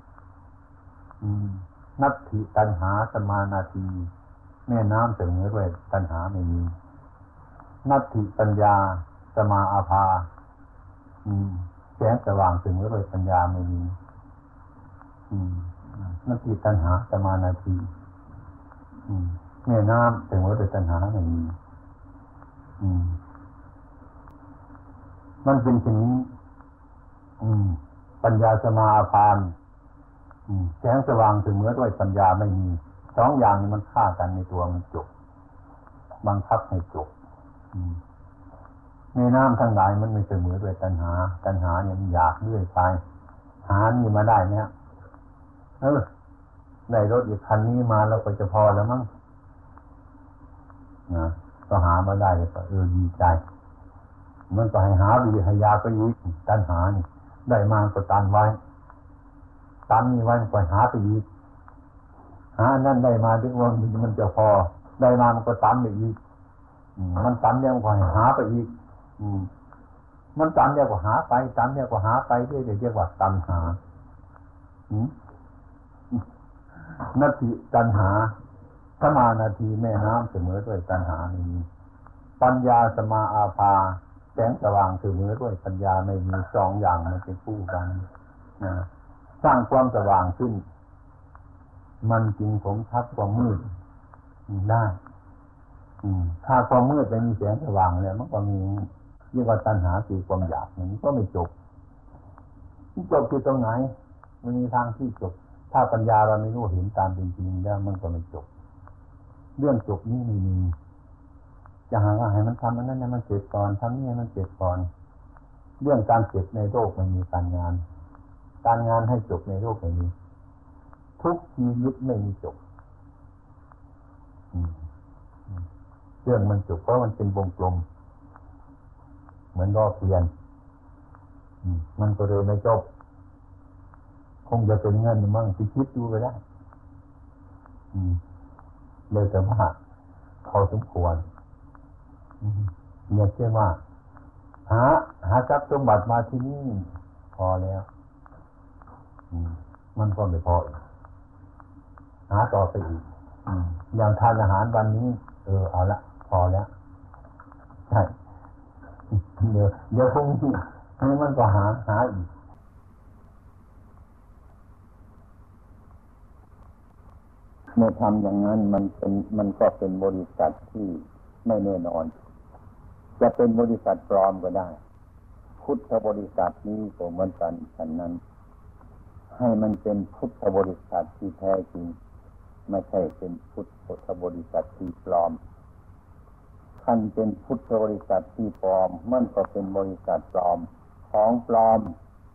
Speaker 1: นัตถิตัณหาสมานาทีแม่น้ำเสมอด้วยตัณหาไม่มีนัตถิปัญญาสมาอาภาแสงสว่างเสมอด้วยปัญญาไม่มีนัตถิตัณหาสมานาทีแม่น้ำเสมอด้วยตัณหาไม่มีมันเป็นเช่นนี้ปัญญาสมาอาภาแสงสว่างเสมอด้วยปัญญาไม่มีสองอย่างนี้มันฆ่ากันในตัวมันจบบังคับให้จบในน้ำทั้งหลายมันไม่เสมอด้วยตัณหาเนี่ยมันอยากเรื่อยไปหานี่มาได้เนี่ยได้รถอีกคันนี้มาแล้วก็จะพอแล้วมั้งนะก็หามาได้ก็ดีใจมันก็ให้หาวิริยะไปอีกตัณหานี่ได้มาก็ตันไว้ตันนี่ไว้ก็หาไปอีกหานั่นได้มาถึงวันมันจะพอได้มามันก็ตันไปอีกมันตันเนี่ยมันก็ให้หาไปอีกมันตันเนี่ยก็หาไปตันเนี่ยก็หาไปเรื่อยๆเรียกว่าตัณหานาทีตัณหาสมานาทีแม่น้ำเสมอด้วยตัณหาไม่มีปัญญาสมาอาภาแสงสว่างเสมอด้วยปัญญาไม่มีสองอย่างมันเป็นคู่กันนะสร้างความสว่างขึ้นมันจริงผมทับความมืดได้ถ้าความมืดไม่มีแสงสว่างเนี่ยมันก็มีเรียกว่าตัณหาคือความอยากมันก็ไม่จบที่ตรงไหนมันมีทางที่จบถ้าปัญญาเราไม่รู้เห็นตามเป็นจริงแล้วมันก็ไม่จบเรื่องจบนี้ไม่มีจะหาว่าให้มันทำอันนั้นให้มันเสร็จก่อนทำนี่ให้มันเสร็จก่อนเรื่องการเสร็จในโลกมันมีการงานให้จบในโลกไม่มีทุกชีวิตไม่มีจบเรื่องมันจบเพราะมันเป็นวงกลมเหมือนรอบเกวียนมันก็เลยไม่จบคงจะเป็นเงินมั่งคิดดูไปได้เลยแต่ว่าพอสมควรเนี่ยเชื่อว่าหาทรัพย์สมบัติมาที่นี่พอแล้วมันก็ไม่พออีกหาต่อไปอีกอย่างทานอาหารวันนี้เอาละพอแล้วใช่เดี๋ยวคงให้มันก็หาอีกเมื่อทำอย่างนั้นมันก็เป็นบริษัทที่ไม่แน่นอนจะเป็นบริษัทปลอมก็ได้พุทธบริษัทนี้ก็เหมือนกันฉะนั้นให้มันเป็นพุทธบริษัทที่แท้จริงไม่ใช่เป็นพุทธบริษัทที่ปลอมท่านเป็นพุทธบริษัทที่ปลอมมันก็เป็นบริษัทปลอมของปลอม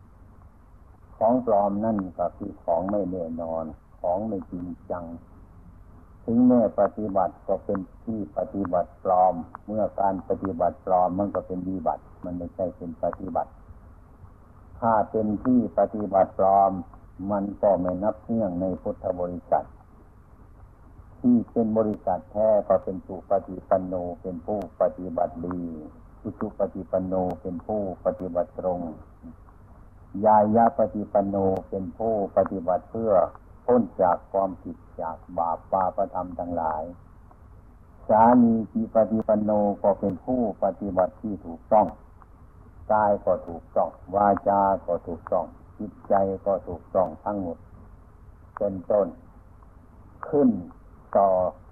Speaker 1: นั่นก็คือของไม่แน่นอนของไม่จริงจังถึงแม้ปฏิบัติก็เป็นที่ปฏิบัติปลอมเมื่อการปฏิบัติปลอมมันก็เป็นวิบัติมันไม่ใช่เป็นปฏิบัติถ้าเป็นที่ปฏิบัติปลอมมันก็ไม่นับเนื่องในพุทธบริษัทที่เป็นบริษัทแท้ก็เป็นสุปฏิปันโนเป็นผู้ปฏิบัติดีสุปฏิปันโนเป็นผู้ปฏิบัติตรงญายะปฏิปันโนเป็นผู้ปฏิบัติเพื่อพ้นจากความผิดจากบาปปาปธรรมทั้งหลายสามีจิปฏิปันโนก็เป็นผู้ปฏิบัติที่ถูกต้องกายก็ถูกต้องวาจาก็ถูกต้องจิตใจก็ถูกต้องทั้งหมดเป็นต้นขึ้นต่อ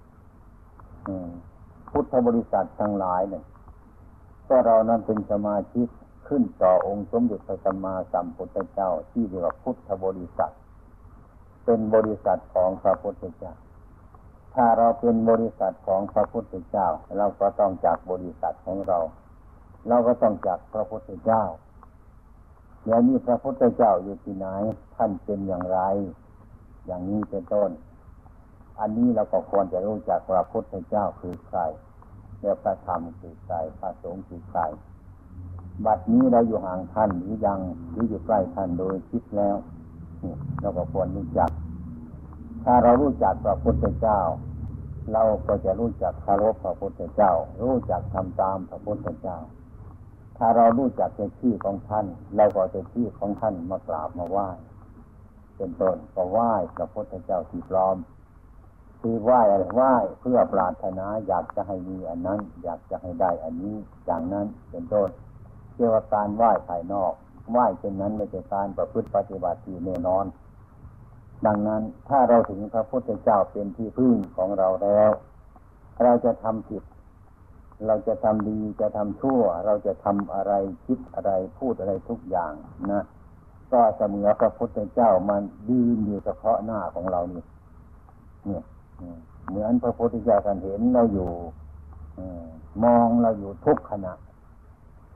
Speaker 1: พุทธบริษัททั้งหลายเนี่ยก็เรานั้นเป็นสมาชิกขึ้นต่อองค์สมเด็จพระสัมมาสัมพุทธเจ้าที่เรียกว่าพุทธบริษัทเป็นบริษัทของพระพุทธเจ้าถ้าเราเป็นบริษัทของพระพุทธเจ้าเราก็ต้องจากบริษัทของเราก็ต้องจากพระพุทธเจ้าเดี๋ยวนี้พระพุทธเจ้าอยู่ที่ไหนท่านเป็นอย่างไรอย่างนี้เป็นต้นอันนี้เราก็ควรจะรู้จักว่าพระพุทธเจ้าคือใครแล้วพระธรรมคือใครพระสงฆ์คือใครบัดนี้เราอยู่ห่างท่านหรือยังหรืออยู่ใกล้ท่านโดยคิดแล้วเราก็ควรรู้จักถ้าเรารู้จักพระพุทธเจ้าเราก็จะรู้จักเคารพพระพุทธเจ้ารู้จักทำตามพระพุทธเจ้าถ้าเรารู้จักในชื่อของท่านเราก็จะชื่อของท่านมากราบมาไหว้เป็นต้นก็ไหว้พระพุทธเจ้าที่ปลอมคือไหว้อะไรไหว้เพื่อปรารถนาอยากจะให้มีอันนั้นอยากจะให้ได้อันนี้อย่างนั้นเป็นต้นเรียกว่าการไหว้ภายนอกไหว้เช่นนั้นไม่ใช่การประพฤติปฏิบัติที่แน่นอนดังนั้นถ้าเราถึงพระพุทธเจ้าเป็นที่พึ่งของเราแล้วเราจะทำผิดเราจะทำดีจะทำชั่วเราจะทำอะไรคิดอะไรพูดอะไรทุกอย่างนะก็เสมือนพระพุทธเจ้ามันยืนอยู่เฉพาะหน้าของเรานี่เนี่ยเหมือนพระพุทธเจ้าท่านเห็นเราอยู่มองเราอยู่ทุกขณะ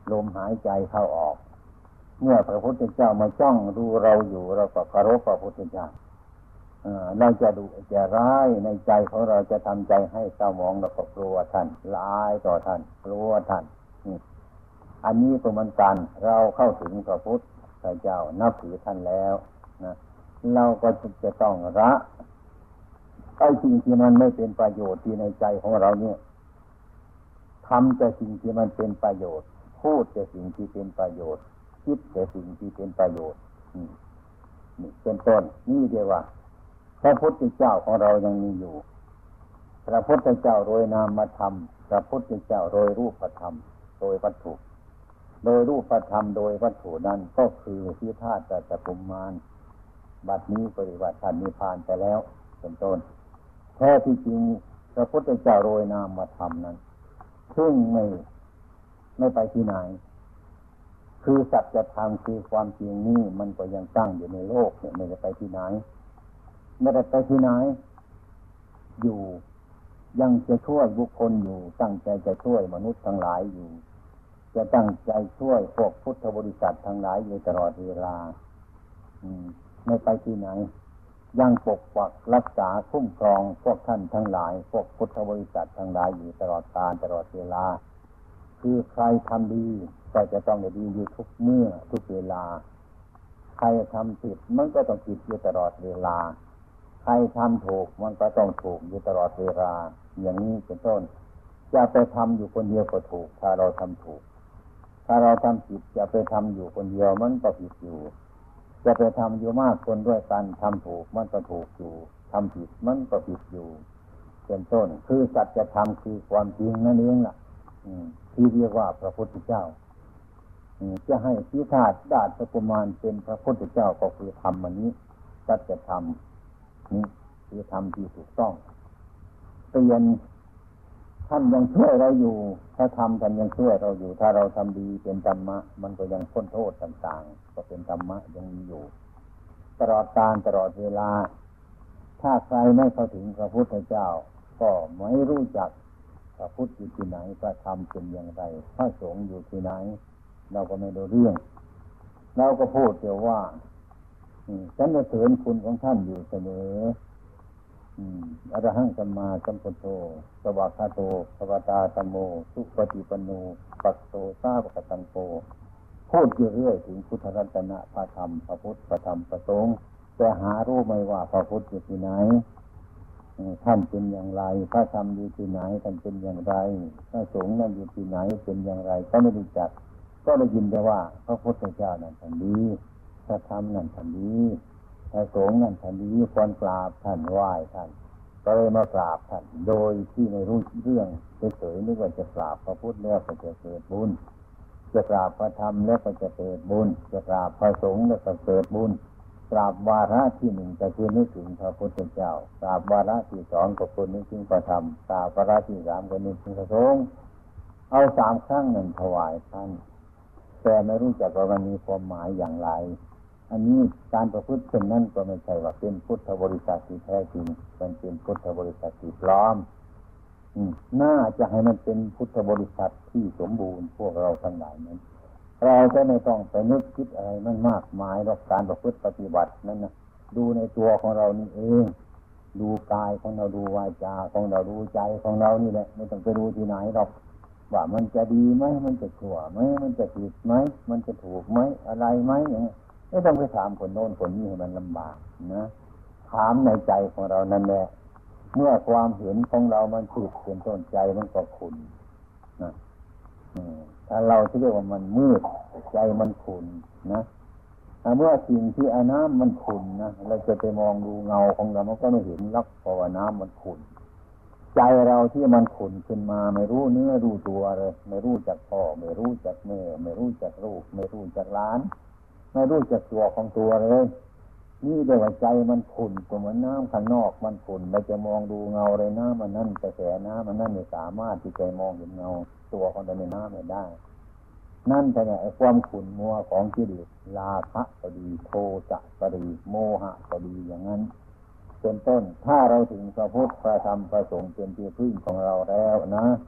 Speaker 1: ลมหายใจเข้าออกเมื่อพระพุทธเจ้ามาจ้องดูเราอยู่เราก็เคารพพระพุทธเจ้าเราจะดุจะร้ายในใจของเราจะทำใจให้เศร้าหมองเราก็กลัวท่านร้ายต่อท่านกลัวท่านอันนี้ก็เหมือนกันเราเข้าถึงพระพุทธเจ้านับถือท่านแล้วนะเราก็จะต้องละไอ้สิ่งที่มันไม่เป็นประโยชน์ที่ในใจของเราเนี่ยทำแต่สิ่งที่มันเป็นประโยชน์พูดแต่สิ่งที่เป็นประโยชน์คิดแต่สิ่งที่เป็นประโยชน์นี่เป็นต้นนี่เรียกว่าพระพุทธเจ้าของเรายังมีอยู่พระพุทธเจ้าโดยนามธรรมพระพุทธเจ้าโดยรูปธรรมโดยวัตถุโดยรูปธรรมโดยวัตถุนั้นก็คือที่ธาตุจักรมารบัดนี้ปริวัติท่านนิพพานไปแล้วเป็นต้นแท้ที่จริงพระพุทธเจ้าโดยนามธรรมนั้นซึ่งไม่ไปที่ไหนคือสัจธรรมคือความจริงนี้มันก็ยังตั้งอยู่ในโลกเนี่ยไม่ได้ไปที่ไหนไม่ได้ไปที่ไหนอยู่ยังจะช่วยบุคคลอยู่ตั้งใจจะช่วยมนุษย์ทั้งหลายอยู่จะตั้งใจช่วยพวกพุทธบริษัททั้งหลายอยู่ตลอดเวลาไม่ไปที่ไหนยังปกปักรักษาคุ้มครองพวกท่านทั้งหลายพวกพุทธบริษัททั้งหลายอยู่ตลอดกาลตลอดเวลาคือใครทำดีก็จะต้องได้ดีอยู่ทุกเมื่อทุกเวลาใครทำผิดมันก็ต้องผิดอยู่ตลอดเวลาใครทำถูกมันก็ต้องถูกอยู่ตลอดเวลาอย่างนี้เป็นต้นจะไปทำอยู่คนเดียวก็ถูกถ้าเราทำถูกถ้าเราทำผิดจะไปทำอยู่คนเดียวมันก็ผิดอยู่จะไปทำอยู่มากคนด้วยกันทำถูกมันก็ถูกอยู่ทำผิดมันก็ผิดอยู่เป็นต้นคือสัจธรรมคือความจริงนั่นเองล่ะที่เรียกว่าพระพุทธเจ้าจะให้ที่ธาตุดาษกุมารเป็นพระพุทธเจ้าก็คือธรรมอันนี้สัจธรรมนี่คือธรรมที่ถูกต้องเตือนท่านยังช่วยเราอยู่ถ้าทำท่านยังช่วยเราอยู่ถ้าเราทำดีเป็นธรรมะมันก็ยังพ้นโทษต่างๆก็เป็นธรรมะยังมีอยู่ตลอดกาลตลอดเวลาถ้าใครไม่เข้าถึงพระพุทธเจ้าก็ไม่รู้จักพระพุทธอยู่ที่ไหนพระธรรมเป็นอย่างไรพระสงฆ์อยู่ที่ไหนเราก็ไม่รู้เรื่องเราก็พูดเดียวว่าฉันจะเสริญคุณของท่านอยู่เสมออรหังสัมมาสัมพุทโธสวากขาโตภควตาธัมโมสุปฏิปันโนปัสโตสาวกสังโฆพูดเรื่อยๆถึงพุทธรัตนะพระธรรมพระพุทธพระธรรมพระสงฆ์แต่หารู้ไหมว่าพระพุทธอยู่ที่ไหนท่านเป็นอย่างไรพระธรรมอยู่ที่ไหนท่านเป็นอย่างไรพระสงฆ์นั้นอยู่ที่ไหนเป็นอย่างไรก็ไม่รู้จักก็ได้ยินแต่ว่าพระพุทธเจ้านั้นท่านดีพระธรรมนั้นท่านดีพระสงฆ์นั้นท่านดีควรกราบท่านไหว้ท่านก็เลยมากราบท่านโดยที่ไม่รู้เรื่องเฉยๆนึกว่าจะกราบพระพุทธแล้วก็จะเกิดบุญจะกราบพระธรรมแล้วก็จะเกิดบุญจะกราบพระสงฆ์แล้วก็เกิดบุญกราบวาระที่หนึ่งก็คือนึกถึงพระพุทธเจ้ากราบวาระที่สองก็คือนึกถึงพระธรรมกราบวาระที่สามก็นึกถึงพระสงฆ์เอา3 ครั้งนั้นถวายท่านแต่ไม่รู้จักว่ามันมีความหมายอย่างไรอันนี้การประพฤติเช่นนั้นก็ไม่ใช่ว่าเป็นพุทธบริษัทที่แท้จริงมันเป็นพุทธบริษัทที่ปลอมน่าจะให้มันเป็นพุทธบริษัทที่สมบูรณ์พวกเราทั้งหลายนั้นเราจะไม่ต้องไปนึกคิดอะไรมันมากมายหรอกการประพฤติปฏิบัตินั้นนะดูในตัวของเรานี่เองดูกายของเราดูวาจาของเราดูใจของเรานี่แหละไม่ต้องไปดูที่ไหนหรอกว่ามันจะดีไหมมันจะชั่วไหมมันจะผิดไหมมันจะถูกไหมอะไรไหมอย่างนี้ไม่ต้องไปถามคนโน้นคนนี้ให้มันลำบากนะถามในใจของเรานั่นแหละเมื่อความเห็นของเรามันผิดเป็นต้นใจมันก็ขุ่นนะถ้าเราที่เรียกว่ามันมืดใจมันขุ่นนะเมื่อสิ่งที่น้ำมันขุ่นนะเราจะไปมองดูเงาของเรามันก็ไม่เห็นลักเพราะว่าน้ำมันขุ่นใจเราที่มันขุ่นขึ้นมาไม่รู้เนื้อรู้ตัวเลยไม่รู้จักพ่อไม่รู้จักแม่ไม่รู้จักลูกไม่รู้จักหลานไม่รู้จักตัวของตัวเลยนี่เรียกว่าใจมันขุ่นก็เหมือนน้ำข้างนอกมันขุ่นเราจะมองดูเงาเลยน้ำมันนั่นกระแสน้ำมันนั่นไม่สามารถที่จะมองเห็นเงาตัวของเราในน้ำไม่ได้นั่นแต่ไอ้ความขุ่นมัวของกิเลสราคะก็ดีโทสะก็ดีโมหะก็ดีอย่างนั้นเป็นต้นถ้าเราถึงพระพุทธพระธรรมพระสงฆ์เป็นที่พึ่งของเราแล้วนะ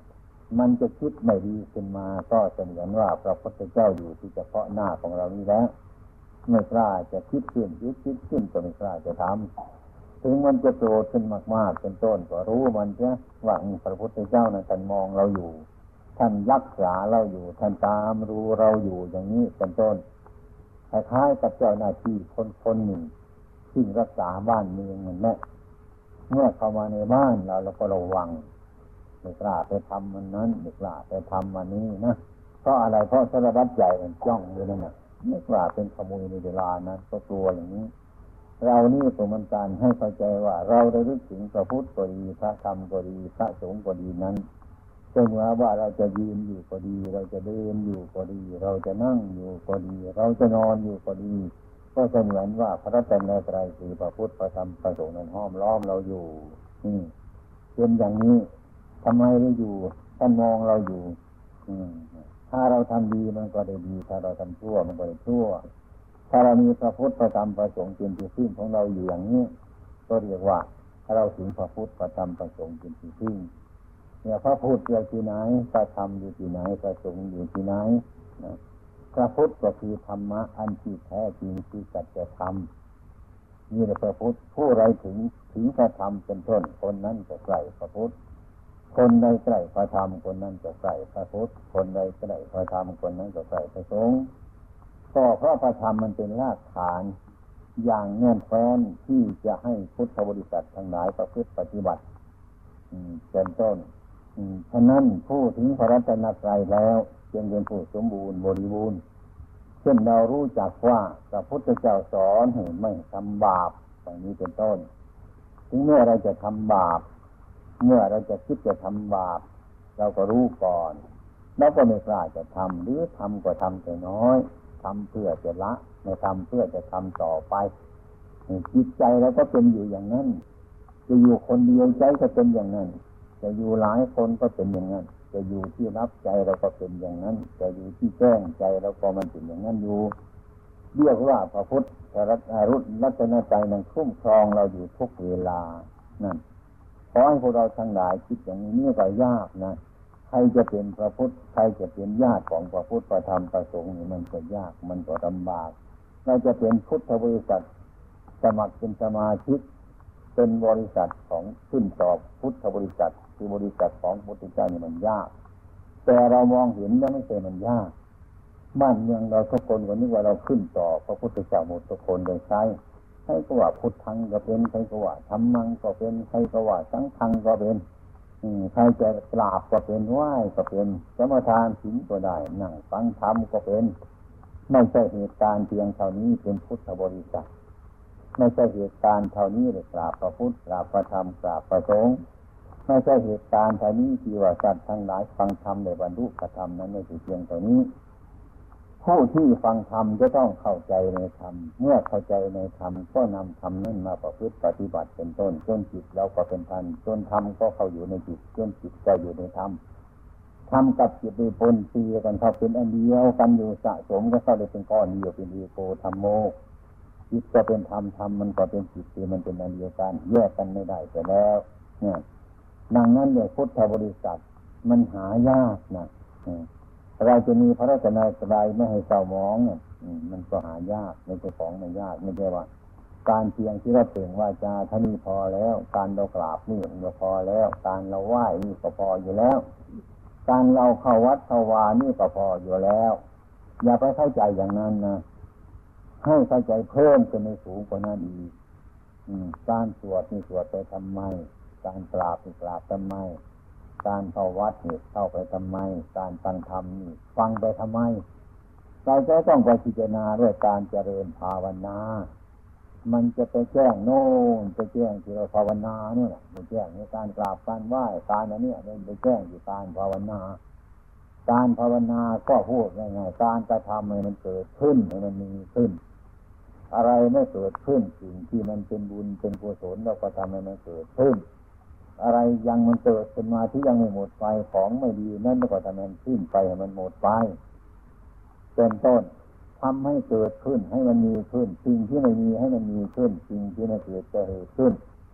Speaker 1: มันจะคิดไม่ดีขึ้นมาก็เสมือนว่าพระพุทธเจ้าอยู่ที่เฉพาะหน้าของเรานี้แล้วไม่กล้าจะคิดขึ้นคิดขึ้นก็ไม่กล้าจะทำถึงมันจะโกรธขึ้นมากๆเป็นต้นก็รู้มันเสียว่าพระพุทธเจ้านั้นท่านมองเราอยู่ท่านรักษาเราอยู่ท่านตามรู้เราอยู่อย่างนี้เป็นต้นคล้ายๆกับเจ้าหน้าที่คนหนึ่งที่รักษาบ้านเมืองเหมือนแม่เมื่อเข้ามาในบ้านเราก็ระวังไม่กล้าไปทำมันนั้นไม่กล้าไปทำมันนี้นะเพราะอะไรเพราะสารวัตรใหญ่มันจ้องอยู่นั่นน่ะไม่กล้าเป็นขโมยในเวลานั้นก็กลัวอย่างนี้เรานี่ตัวมันการให้เข้าใจว่าเราได้รู้ถึงพระพุทธก็ดีพระธรรมก็ดีพระสงฆ์ก็ดีนั้นเช่นว่าเราจะยืนอยู่ก็ดีเราจะเดินอยู่ก็ดีเราจะนั่งอยู่ก็ดีเราจะนอนอยู่ก็ดีก็เสมือนว่าพระรัตนตรัยคือพระพุทธพระธรรมพระสงฆ์นั้นห้อมล้อมเราอยู่เป็นอย่างนี้ทำไมเราอยู่ท่านมองเราอยู่ถ้าเราทำดีมันก็ได้ดีถ้าเราทำชั่วมันก็ได้ชั่วถ้าเรามีพระพุทธพระธรรมพระสงฆ์เป็นที่พึ่งของเราอยู่อย่างนี้ก็เรียกว่าถ้าเราถึงพระพุทธพระธรรมพระสงฆ์เป็นที่พึ่งเนี่ยพระพุทธอยู่ที่ไหนพระธรรมอยู่ที่ไหนพระสงฆ์อยู่ที่ไหนนะพระพุทธก็คือธรรมะอันที่แท้จริงคือสัจธรรมนี่แหละพระพุทธผู้ใดถึงพระธรรมเป็นต้นคนนั้นจะใกล้พระพุทธคนใดใกล้พระธรรมคนนั้นจะใกล้พระพุทธคนใดใกล้พระธรรมคนนั้นจะใกล้พระสงฆ์ก็เพราะพระธรรมมันเป็นรากฐานอย่างแน่นแฟ้นที่จะให้พุทธบริษัททั้งหลายประพฤติปฏิบัติเป็นต้นฉะนั้นผู้ถึงพระรัตนตรัยแล้วจึงเป็นผู้สมบูรณ์บริบูรณ์เช่นเรารู้จักว่าพระพุทธเจ้าสอนให้ไม่ทำบาปอย่างนี้เป็นต้นถึงเมื่อเราจะทำบาปเมื่อเราจะคิดจะทำบาปเราก็รู้ก่อนแล้วก็ไม่กล้าจะทำหรือทำก็ทำแต่น้อยทำเพื่อจะละไม่ทำเพื่อจะทำต่อไปจิตใจเราก็เป็นอยู่อย่างนั้นจะอยู่คนเดียวใจก็เป็นอย่างนั้นจะอยู่หลายคนก็เป็นอย่างนั้นจะอยู่ที่รับใจเราก็เป็นอย่างนั้นจะอยู่ที่แจ้งใจเราก็มันเป็นอย่างนั้นอยู่เรียกว่าพระพุทธรัตนตรัยนั้นคุ้มครองเราอยู่ทุกเวลานั่นขอให้พวกเราทั้งหลายคิดอย่างนี้นี่ก็ยากนะใครจะเป็นพระพุทธใครจะเป็นญาติของพระพุทธพระธรรมพระสงฆ์นี่มันก็ยากมันก็ลำบากเราจะเป็นพุทธบริษัทสมัครเป็นสมาชิกเป็นบริษัทของขึ้นต่อพุทธบริษัทคือบริษัทของพระพุทธเจ้านี่มันยากแต่เรามองเห็นแล้วไม่ใช่มันยากบ้านเมืองเราทุกคนก็นึกว่าเราขึ้นต่อพระพุทธเจ้าหมดทุกคนโดยใช้ใครก็ว่าพุทธังก็เป็นใครก็ว่าธัมมังก็เป็นใครก็ว่าสังฆังก็เป็นใครจะกราบก็เป็นไหว้ก็เป็นสมทานศีลก็ได้นั่งฟังธรรมก็เป็นไม่ใช่เหตุการณ์เพียงเท่านี้เป็นพุทธบริษัทไม่ใช่เหตุการณ์เท่านี้เลยกราบพระพุทธกราบพระธรรมกราบพระสงฆ์ไม่ใช่เหตุการณ์เท่านี้ที่ว่าสัตว์ทั้งหลายฟังธรรมในบรรลุธรรมนั้นไม่ใช่เพียงเท่านี้ผู้ที่ฟังธรรมจะต้องเข้าใจในธรรมเมื่อเข้าใจในธรรมก็นำธรรมนั้นมาประพฤติปฏิบัติเป็นต้นจนจิตเราก็เป็นธรรมจนธรรมก็เข้าอยู่ในจิตจนจิตก็อยู่ในธรรมธรรมกับจิตเป็นปนเปื้อนกันเข้าเป็นอันเดียวกันอยู่สะสมก็เข้าได้เป็นก้อนเดียวเป็นเอโกธัมโมจิตก็เป็นธรรมธรรมมันก็เป็นจิตที่มันเป็นอันเดียวกันแยกกันไม่ได้แต่แล้วเนี่ยดังนั้นเนี่ยพุทธบริษัทมันหายากนะเราจะมีพระรัตนตรัยไม่ให้เศร้าหมองเนี่ยมันก็หายากไม่ใช่ของไม่ยากไม่ใช่ว่าการเพียงที่เราเปล่งวาจาท่านี้พอแล้วการเรากราบนี่ก็พอแล้วการเราไหว้นี่ก็พออยู่แล้วการเราเข้าวัดเข้าวานี่ก็พออยู่แล้วอย่าไปเข้าใจอย่างนั้นนะให้เข้าใจเพิ่มขึ้นในสูงกว่านั้นอีกการสวดนี่สวดไปทำไมการกราบนี่กราบทำไมการเข้าวัดนี่เข้าไปทำไมการฟังธรรมนี่ฟังไปทำไมเราจะต้องไปพิจารณาด้วยการเจริญภาวนามันจะไปแจ้งโน่นไปแจ้งที่เราภาวนาเนี่ยไปแจ้งในการกราบการไหว้การอันนี้ไปแจ้งที่การภาวนาการภาวนาก็พูดง่ายๆการกระทำให้มันเกิดขึ้นให้มันมีขึ้นอะไรไม่เกิดขึ้นสิ่งที่มันเป็นบุญเป็นกุศลเราก็ทำให้มันเกิดขึ้นอะไรยังมันเกิดขึ้นมาที่ยังไม่หมดไปของไม่ดีนั่นก็ทำให้มันขึ้นไปให้มันหมดไปเป็นต้นทำให้เกิดขึ้นให้มันมีขึ้นสิ่งที่ไม่มีให้มันมีขึ้นสิ่งที่ไม่เกิดจะเกิดขึ้น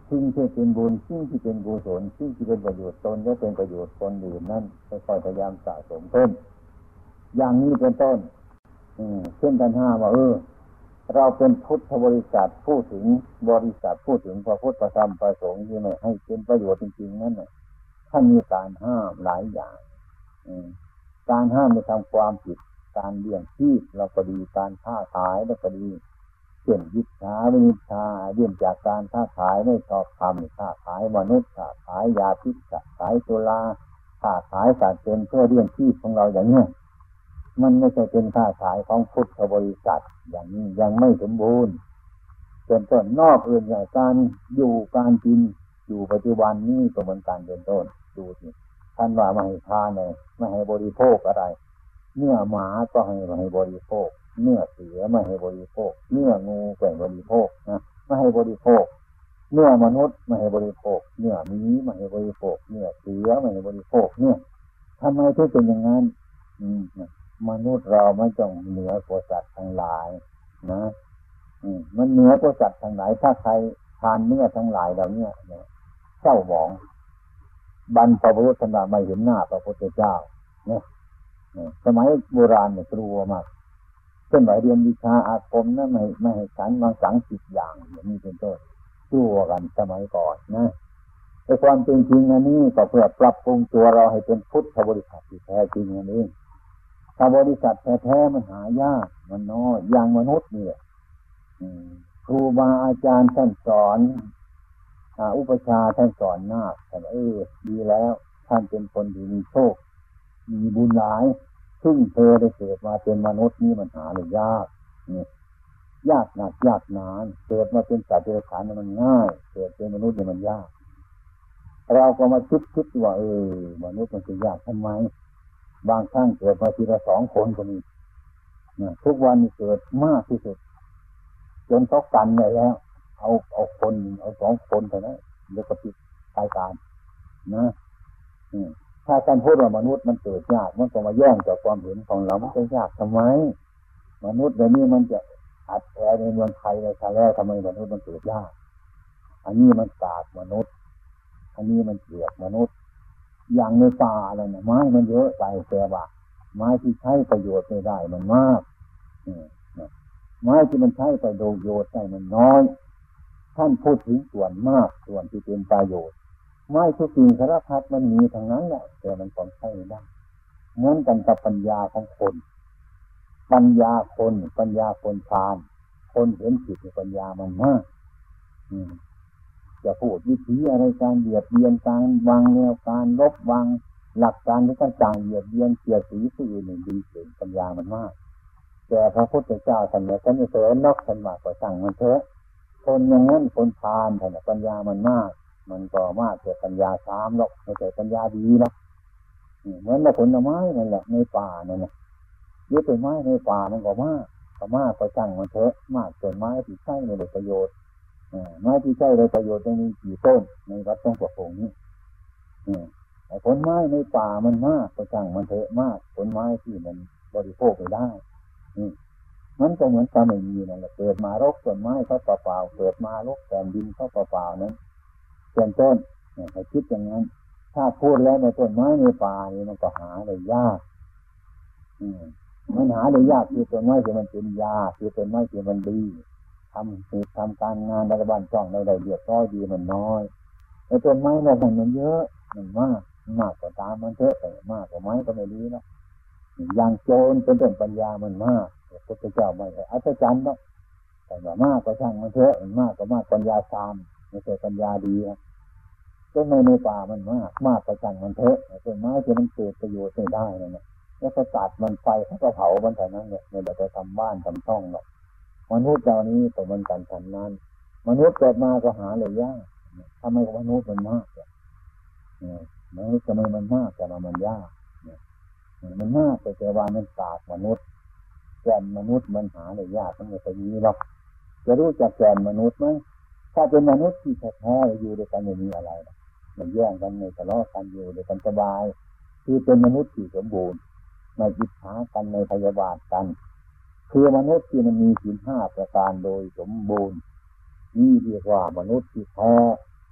Speaker 1: สิ่งที่เป็นบุญสิ่งที่เป็นกุศลสิ่งที่เป็นประโยชน์ตนและเป็นประโยชน์คนอื่นนั้นค่อยๆพยายามสะสมเพิ่มอย่างนี้เป็นต้นเช่นกันห้าว่าเราเป็นพุทธบริษัทพูดถึงบริษัทพูดถึงพระพุทธธรรมประสงค์ที่ไม่ให้เป็นประโยชน์จริงๆนั่นน่ะท่านมีการห้ามหลายอย่างการห้ามในทำความผิดการเลี้ยงชีพเราก็ดีการค้าขายเราก็ดีเช่นยิจฉาวินิจฉาเรื่องจากการค้าขายไม่ชอบธรรมค้าขายมนุษย์ค้าขายยาพิษค้าขายสุราค้าขายสัตว์เป็นเพื่อเลี้ยงชีพของเราอย่างนี้มันไม่ใช่เป็นค้าขายของพุทธบริษัทอย่างนี้ยังไม่สมบูรณ์เป็นต้นนอกอื่นอย่างการอยู่การกินอยู่ปัจจุบันนี้ก็เหมือนกันเป็นต้นดูสิท่านว่าไม่ให้ทานเลยไม่ให้บริโภคอะไรเนื้อหมาก็ให้บริโภคเนื้อเสือไม่ให้บริโภคเนื้องูก็ไม่บริโภคนะไม่ให้บริโภคเนื้อมนุษย์ไม่ให้บริโภคเนื้อหมีไม่ให้บริโภคเนื้อเสือไม่ให้บริโภคเนี่ยทำไมถึงเป็นอย่างนั้นมนุษย์เราไม่ต้องเหนือกว่าสัตว์ทั้งหลายนะมันเหนือกว่าสัตว์ทั้งหลายถ้าใครทานเนื้อทั้งหลายเหล่านี้เศร้าหมองบรรพบุรุษท่านว่าไม่เห็นหน้าพระพุทธเจ้าเนี่ยสมัยโบราณเนี่ยกลัวมากเช่นว่าเรียนวิชาอาคมนะไม่ให้ฉันมาสัง10 อย่างอย่างนี้เป็นต้นกลัวกันสมัยก่อนนะแต่ความจริงอันนี้ก็เพื่อปรับปรุงตัวเราให้เป็นพุทธบริษัทที่แท้จริงอันนี้ถ้าบริษัทแท้ๆมันหายากมันน้อยอย่างมนุษย์เนี่ยครูบาอาจารย์ท่านสอนอุปชาท่านสอนนาคท่านดีแล้วท่านเป็นคนที่มีโชคมีบุญหลายซึ่งเธอได้เกิดมาเป็นมนุษย์นี่มันหาได้ยากนี่ยากหนักยากนานเกิดมาเป็นสัตว์เดรัจฉานมันง่ายเกิดเป็นมนุษย์นี่มันยากเราก็มาคิดว่ามนุษย์มันจะยากทำไมบางครั้งเกิดมาทีละ2 คนก็มีทุกวันนี้เกิดมากที่สุดจนเขากันเลยแล้วเอาคนเอา2 คนเท่านั้นเดี๋ยวก็ปิดรายการนะถ้าการพูดว่ามนุษย์มันเกิดยากมันก็มาแย่งจากความเห็นของเรามันจะยากทำไมมนุษย์เดี๋ยวนี้มันจะอัดแอในเมืองไทยในชาแล้วทำไมมนุษย์มันเกิดยากอันนี้มันกากมนุษย์อันนี้มันเกลียดมนุษย์อย่างในป่าอะไรเนี่ยไม้มันเยอะไปแต่ว่าไม้ที่ใช้ประโยชน์ไม่ได้มันมากไม้ที่มันใช้ประโยชน์ได้มันน้อยท่านพูดถึงส่วนมากส่วนที่เป็นประโยชน์ไม้ทุกสิ่งสารพัดมันมีทั้งนั้นแหละแต่มันต้องใช้ได้เหมือนกันกับปัญญาของคนปัญญาคนพาลคนเห็นผิดในปัญญามันมากจะพูดวิธีอะไรการเบียดเบียนการวางแนวการลบวางหลักการที่ต่างๆเบียดเบียนเสียดสีผู้อื่นดีเกินปัญญามันมากแต่พระพุทธเจ้าท่านเนี่ยท่านไม่เคยนอกท่านว่าก็สั่งมันเถอะคนอย่างนั้นคนพาลท่านปัญญามันมากมันก็มากแต่ปัญญา3หรอกไม่ใช่ปัญญาดีหรอกเหมือนผลไม้นั่นแหละในป่านั่นน่ะยึดต้นไม้ในป่ามันก็มากก็สั่งมันเถอะมากต้นไม้ที่ใช้ในประโยชน์ไม้ที่ใช้ในประโยชน์จะมีกี่ต้นในวัดต้องประสงค์นี้ผลไม้ในป่ามันมากก็สั่งมันเถอะมากผลไม้ที่มันบริโภคไม่ได้มันก็เหมือนกับไม่มีนั่นแหละเกิดมารกต้นไม้เขาเปล่าๆเกิดมารกแผ่นดินเขาเปล่าๆนั้นเป็นต้นให้คิดอย่างนั้นถ้าพูดแล้วในต้นไม้ในป่านี่มันก็หาได้ยากมันหาได้ยากคือต้นไม้ที่มันเป็นยาคือต้นไม้ที่มันดีทำการงานในบ้านช่องในใดเรียบร้อยดีมันน้อยไอ้ต้นไม้เนี่ยมันเยอะมันมากกว่าตามมันเถอะแต่มากกว่าไม้ก็ไม่ดีนะอย่างโจรเป็นต้นปัญญามันมากพระพุทธเจ้าไม่อัศจรรย์หรอกแต่ว่ามากก็ช่างมันเถอะมากก็มากปัญญาซามไม่ใช่ปัญญาดีนะต้นไม้ในป่ามันมากก็ช่างมันเถอะต้นไม้ที่มันเกิดประโยชน์ไม่ได้นั่นแหละแล้วก็ตัดมันไฟเขาก็เผามันแต่นั้นเนี่ยไม่ได้ไปทำบ้านทำช่องหรอกมนุษย์เหล่านี้ก็เหมือนกันทำนั้นมนุษย์เกิดมาก็หาเลยยากทำไมมนุษย์มันมากมนุษย์ทำไมมันมากแต่มันยากมันมากแต่ว่ามันศาสตร์มนุษย์แก่นมนุษย์มันหาเลยยากมันไม่ใช่นี้หรอกจะรู้จักแก่นมนุษย์ไหมถ้าเป็นมนุษย์ที่แท้ๆอยู่ด้วยกันไม่มีอะไรมันแย่งกันไม่ทะเลาะกันอยู่ด้วยกันสบายคือเป็นมนุษย์ที่สมบูรณ์ไม่อิจฉากันไม่พยาบาทกันคือมนุษย์ที่มันมีศีล5 ประการโดยสมบูรณ์นี่เรียกว่ามนุษย์ที่แท้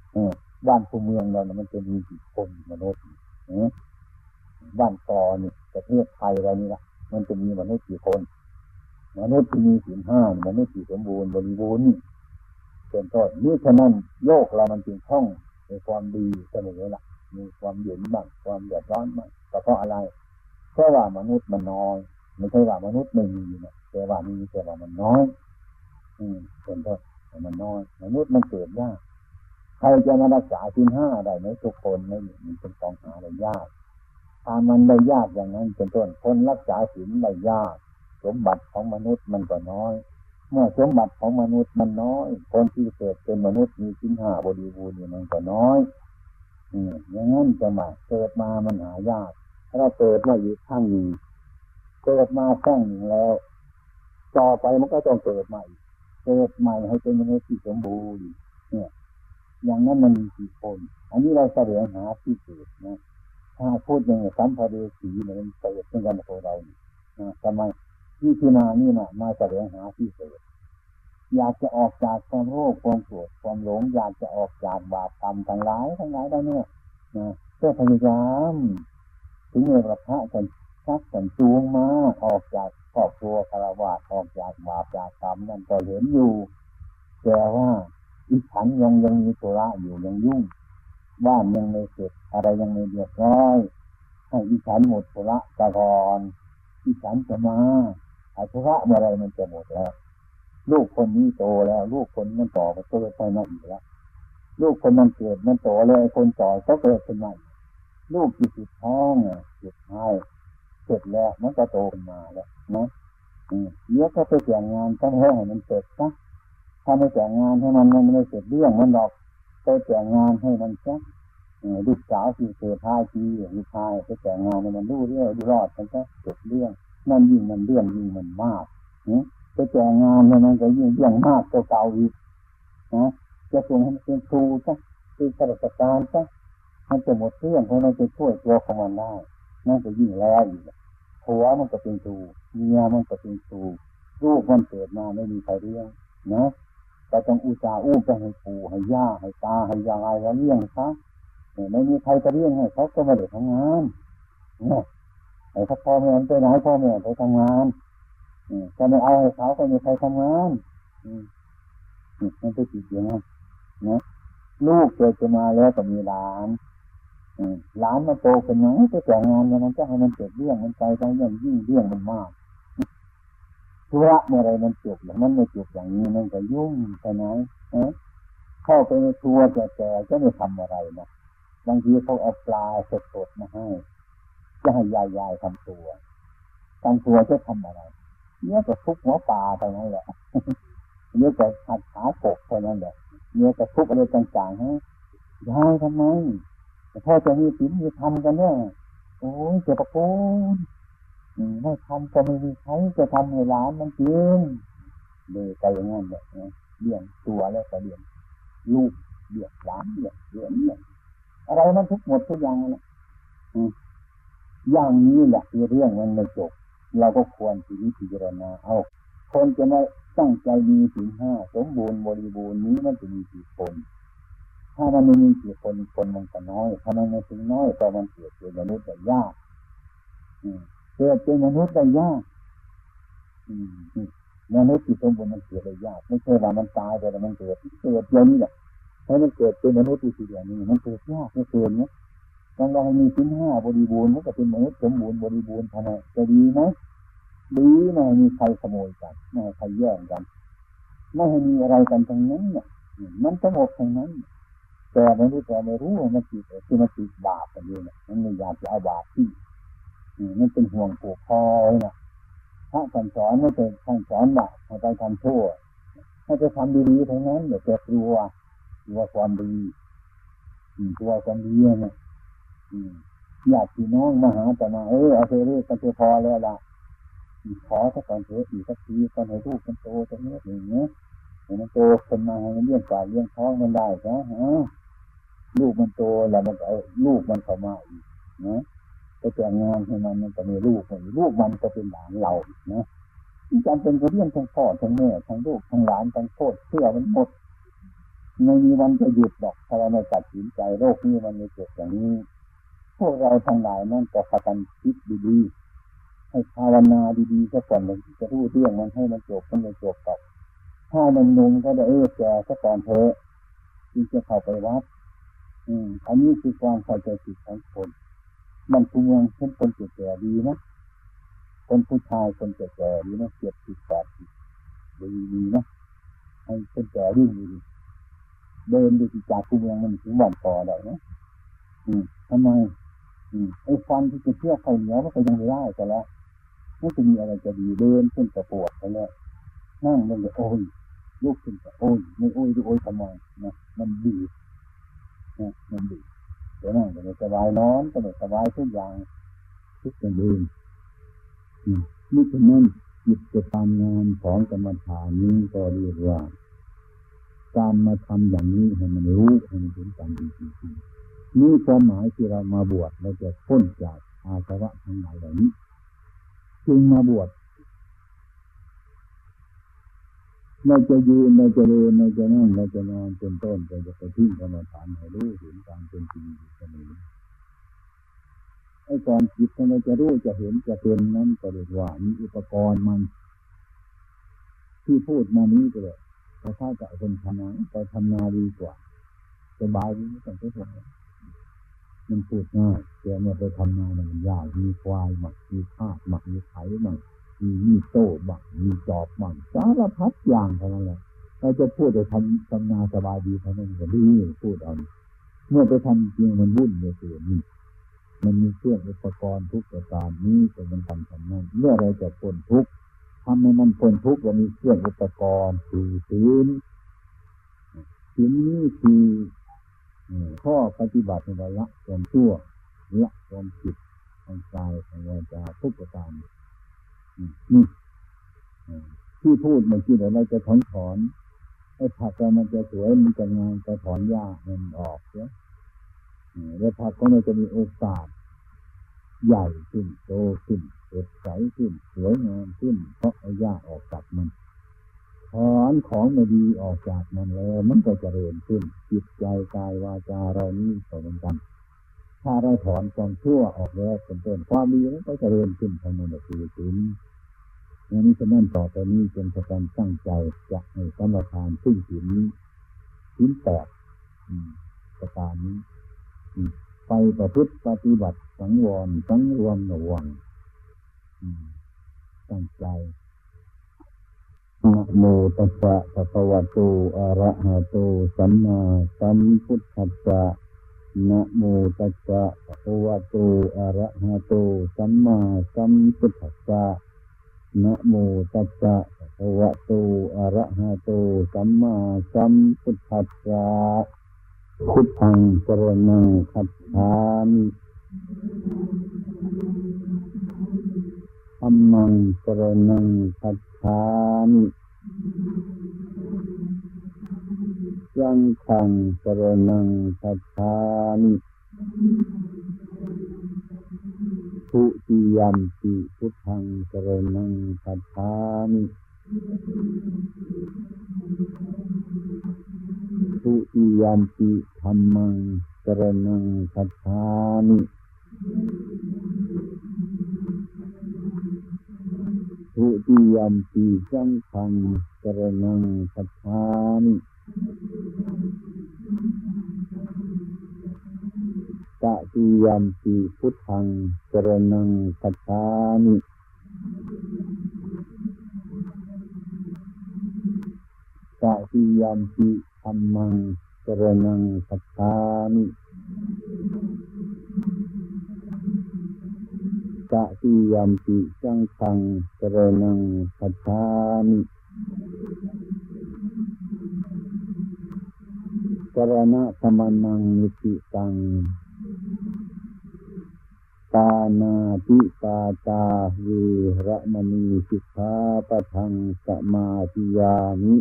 Speaker 1: บ้านภูเมืองเราเนี่ยมันจะมีกี่คนมนุษย์บ้านกอนี่ประเทศไทยเรานี่ละมันจะมีมนุษย์กี่คนมนุษย์ที่มีศีลห้ามนุษย์ที่สมบูรณ์บริบูรณ์นี่เป็นต้นนี่ฉะนั้นโลกเรามันจึงคล่องในความดีเสมอละมีความเย็นบ้างความเดือดร้อนบ้างก็เพราะอะไรเพราะว่ามนุษย์มันน้อยไม่ใช่ว่ามนุษย์ไม่มีนะแต่ว่ามีแต่ว่ามันน้อยเป็นต้นมันน้อยมนุษย์มันเกิดยากใครจะมารักษาศีลห้าได้ไหมทุกคนไม่มันเป็นของหาได้ยากถ้ามันได้ยากอย่างนั้นเป็นต้นคนรักษาศีลได้ยากสมบัติของมนุษย์มันก็น้อยเมื่อสมบัติของมนุษย์มันน้อยคนที่เกิดเป็นมนุษย์มีศีลห้าบริบูรณ์มันก็น้อยอย่างนั้นจะมาเกิดมามันหายากถ้าเราเกิดมาอีกครั้งหนึ่งเกิดมาครั้งหนึ่งแล้วต่อไปมันก็ต้องเกิดใหม่เกิดใหม่ให้เป็นมนุษย์ที่สมบูรณ์เนี่ยอย่างนั้นมันมีกี่คนอันนี้เราแสวงหาที่เกิดนะถ้าพูดอย่างสัมภเวสีเนี่ยมันเกิดเป็นกันของเราทำไมที่พินานี่นะมาแสวงหาที่เกิดอยากจะออกจากความโลภความโกรธความหลงอยากจะออกจากบาปกรรมทั้งหลายได้เนี่ยก็พยายามถึงเมื่อพระกันชักกันจูงมาออกจากครอบครัวคารวะออกจากบาปจากกรรมนั่นก็เห็นอยู่แต่ว่าอีฉันยังมีธุระอยู่ยังยุ่งบ้านยังไม่เสร็จอะไรยังไม่เรียบร้อยให้อีฉันหมดธุระก่อนอีฉันจะมาธุระเมื่อไรมันจะหมดแล้วลูกคนนี้โตแล้วลูกคนมันต่อไปเกิดไปมาอีกแล้วลูกคนมันเกิดมันโตเลยคนต่อก็เกิดขึ้นมาลูกที่ติดท้องติดท้ายเสร็จแล้วมันก็โตขึ้นมาแล้วนะเดี๋ยวก็ไปแต่งงานต้องให้มันเสร็จนะถ้าไม่แต่งงานให้มันไม่เสร็จเรื่องมันหรอกไปแต่งงานให้มันซะลูกสาวที่เกิดท้ายทีลูกชายไปแต่งงานให้มันรู้เรื่องรู้รอดกันซะจบเรื่องนั่นยิ่งมันเรื่องยิ่งมันมากไปแต่งงานให้มันก็ยิ่งเรื่องมากเก่าอีกนะจะส่งให้มันเป็นครูซะเป็นข้าราชการซะมันจะหมดเรื่องเพราะมันจะช่วยตัวของมันได้นั่นจะยิ่งแล้วอีกผัวมันก็เป็นครูเมียมันก็เป็นครูลูกมันเกิดมาไม่มีใครเลี้ยงนะก็ต้องอุตส่าห์อุ้มไปให้ปู่ให้ย่าให้ตาให้ยายแล้วเลี้ยงซะไม่มีใครจะเลี้ยงให้เขาก็ไม่ได้ทำงานเนี่ยไอ้พ่อแม่ไปไหนพ่อแม่ไปทำงานจะไม่เอาให้เขาก็ไม่มีใครทำงานมันจะติดอย่างนั้นนะลูกเกิดขึ้นมาแล้วก็มีหลานหลานมันโตขึ้นมาจะแต่งงานมันจะให้มันเกิดเรื่องมันใจต้องยิ่งเรื่องมันมากธุระเมื่อไรมันจบแล้วมันไม่จบอย่างนี้มันก็ยุ่งใช่ไหมเข้าไปในครัวแต่จะไม่ทำอะไรนะบางทีเขาเอาปลาสดๆมาให้จะให้ยายทำตัวจะทำอะไรเนี่ยก็ทุบหัวปลาเท่านั้นแหละเนี่ยก็หัดขาโขกเท่านั้นแหละเนี่ยก็ทุบอะไรต่างๆให้ยายทำไมแต่พ่อจะมีศีลมีธรรมกันเนี่ยโอ้ยเจ็บปะโคนไม่ทำก็ไม่มีใครจะทำให้หลานมันกินเด็กไปอย่างนั้นเนี่ยเลี้ยงตัวแล้วก็เลี้ยงลูกเลี้ยงหลานเลี้ยงเหลนอะไรมันทุกหมดทุกอย่างนะอย่างนี้แหละคือเรื่องมันไม่จบเราก็ควรพิจารณาเอาคนจะมาตั้งใจมีศีลห้าสมบูรณ์บริบูรณ์นี้มันจะมีกี่คนถ้ามันไม่มีกี่คนมันก็น้อยถ้ามันไม่ถึงน้อยก็มันเกิดเป็นมนุษย์ได้ยากเกิดเป็นมนุษย์ได้ยากมนุษย์ที่สมบูรณ์มันเกิดได้ยากไม่ใช่ว่ามันตายไปแล้วมันเกิดเดี๋ยวนี้แหละถ้ามันเกิดเป็นมนุษย์ที่อย่างนี้มันเกิดยากไม่เกินเนี่ยต้องลองมีศีลห้าบริบูรณ์มันก็เป็นมนุษย์สมบูรณ์บริบูรณ์ทำไมจะดีไหมดีไม่มีใครขโมยกันไม่ให้ใครแย่งกันไม่ให้มีอะไรกันทั้งนั้นเนี่ยมันสงบทั้งนั้นแต่ไม่รู้มันติดคือมันติดบาปกันอยู่เนี่ยมันไม่อยากจะเอาบาปที่มันเป็นห่วงผูกคอเนี่ยพระท่านสอนไม่เป็นท่านสอนว่าให้ไปทำชั่วให้ไปทำดีๆทั้งนั้นอย่าเจ็บกลัวความดีตัวความดีเนี่ยอยากพี่น้องมาหาแต่มาเอาเถอะกันพอแล้วล่ะขอสักก่อนเถอะอีกสักทีก่อนให้ลูกมันโตตรงนี้อย่างเงี้ยให้มันโตขึ้นมาให้มันเลี้ยงปากเลี้ยงท้องมันได้ซะลูกมันโตแล้วมันเอาลูกมันเข้ามาอีกนะไปแต่งงานให้มันก็มีลูกมันก็เป็นหลานเรานะจำเป็นจะเลี้ยงทั้งพ่อทั้งแม่ทั้งลูกทั้งหลานทั้งโคตรเชื่อมันหมดไม่มีวันจะหยุดหรอกถ้าเราไม่ตัดสินใจโลกนี้มันมีเกิดอย่างนี้พวกเราทั้งหลายนั่นก็พากันคิดดีๆให้ภาวนาดีๆซะก่อนเลยจะรู้เรื่องมันให้มันจบมันไม่จบต่อถ้ามันนุ่มก็ได้แก่ซะก่อนเถอะจึงจะเข้าไปวัดอันนี้คือความเข้าใจผิดของคนมันคือเมืองเช่นคนแก่ๆดีนะคนผู้ชายคนแก่ๆดีนะ70-80ดีนะให้คนแก่วิ่งดีเดินดูจากคูเมืองมันถึงบ้านต่อได้นะทำไมไอ้ฟันที่จะเชื่อเขาเหนียวมันก็ยังไม่ได้แต่ละไม่จะมีอะไรจะดีเดินขึ้นกระปวดไปแล้วนั่งลงจะโอ้ยลุกขึ้นจะโอ้ยไม่โอ้ยดูโอ้ยทำไมนะมันดีนะมันดีเดี๋ยวนั่งก็ไม่สบายนอนก็ไม่สบายทุกอย่างทุกอย่างเดินนี่ฉะนั้นกิจกรรมงานของกรรมฐานนี้ก็เรียกว่าการมาทำอย่างนี้ให้มันรู้ให้มันเห็นความดีจริงๆนี่ความหมายที่เรามาบวชเราจะพ้นจากอาสวะทั้งหลายเหล่านี้จึงมาบวชเราจะยืนเราจะเดินเราจะนั่งเราจะนอนเป็นต้นเราจะไปทิ้งกรรมฐานให้รู้เห็นความเป็นจริงอยู่เสมอไอ้ก่อนจิตเราจะรู้จะเห็นจะเป็นนั้นก็เรียกว่ามีอุปกรณ์มันที่พูดมานี้ก็เลยถ้าจะคนทำงานไปทำนาดีกว่าสบายดีไม่ต้องไปทำมันพูดง่ายแต่เมื่อไปทำงานมันยากมีควายหมักมีข้าวหมักมีไถหมักมีโต้หมักมีจอบหมักสารพัดอย่างเท่านั้นแหละเราจะพูดจะทำนาสบายดีเท่านั้นก็ดีพูดเอาเมื่อไปทำจริงมันวุ่นเลยเสียนี่มันมีเครื่องอุปกรณ์ทุกประการนี้แต่มันทำนั้นเมื่อเราจะพ้นทุกข์ทำให้มันพ้นทุกข์เรามีเครื่องอุปกรณ์คือศีลนี้คือข้อปฏิบัติในละความชั่วละความผิดทางกายทางวาจาทุกประการนี่ที่พูดเมื่อกี้เราจะถอนไอ้ผักเรามันจะสวยมันจะงามจะถอนหญ้ามันออกแล้วผักของเราจะมีโอกาสใหญ่ขึ้นโตขึ้นสดใสขึ้นสวยงามขึ้นเพราะเอาหญ้าออกจากมันถอนของไม่ดีออกจากมันแล้วมันก็เจริญขึ้นจิตใจกายวาจาเรานี่ก็เหมือนกันถ้าเราถอนความชั่วออกแล้วเป็นต้นความดีมันก็เจริญขึ้นภายในชีวิตอย่างนี้ฉะนั้นต่อไปนี้จงพยายามตั้งใจจะให้สมทานซึ่งศีลนี้ศีล8ประการนี้ไปประพฤติปฏิบัติสังวรสังรวมระวังตั้งใจนะโมตัสสะภะคะวะโตอะระหะโตสัมมาสัมพุทธัสสะนะโมตัสสะภะคะวะโตอะระหะโตสัมมาสัมพุทธัสสะนะโมตัสสะภะคะวะโตอะระหะโตสัมมาสัมพุทธัสสะพุทธังสรณังคัจฉามิธัมมังสรณังคัจฉามิสังฆังสรณังคัจฉามิทุติยัมปิพุทธังสรณังคัจฉามิทุติยัมปิธัมมังสรณังคัจฉามิทุติยัมปิสังฆังสรณังคัจฉามิตติยัมปิพุทธังสรณังคัจฉามิตติยัมปิธัมมังสรณังคัจฉามิตติยัมปิสังฆังสรณังคัจฉามิสรณะธรรมนังนิติตังปานาติปาตาเวระมณีสิกขาปะทังสมาธิยามิ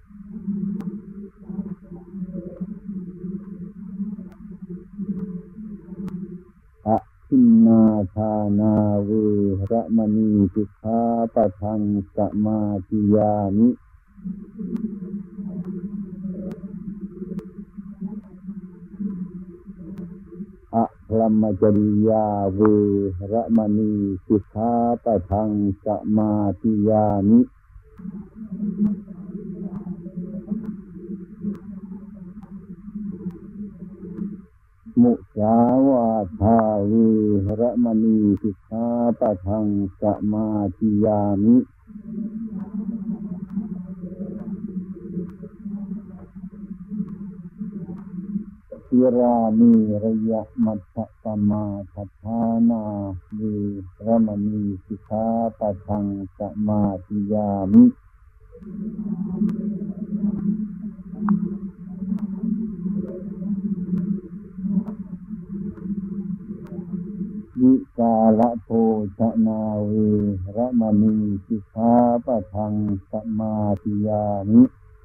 Speaker 1: อะทินนาทานาเวระมณีสิกขาปะทังสมาธิยามิรหมจริยาเวระมณีสิกขาปะทังสมาธิยามิมุสาวาทาเวระมณีสิกขาปะทังสมาธิยามิทิรามีระยะมัตถปมาทัฏฐานาเวระมณีสิกขาปะทังสมาธิยามิวิกาลโภชนาเวระมณีสิกขาปะทังสมาธิยามิ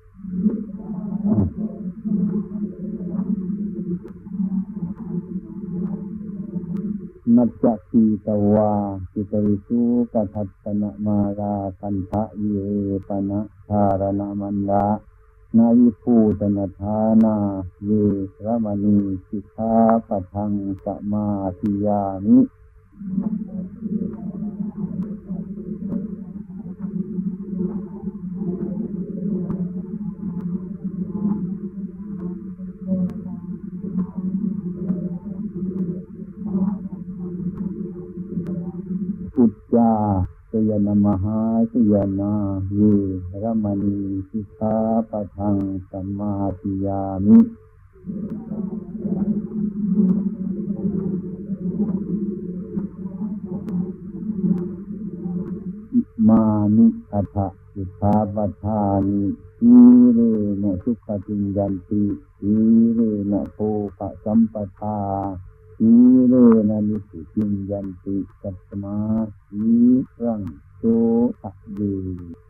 Speaker 1: นัจจคีตวาจิตริสุปทัตตนะมาราคันทะวิเรปนะธารณมันละนาวิภูตนาธานาเวระมณีสิกขาปะทังสมาธิยามิอุจจาสยนมหาสยนาเวระมณีสิกขาปะทังสมาธิยามิมานิอัฏฐสิกขาปะทานิสีเรนะสุขติงยันติสีเรนะโภคสัมปทาสีเรนะนิพพิงยันติสัตมาสีรังโสภะเย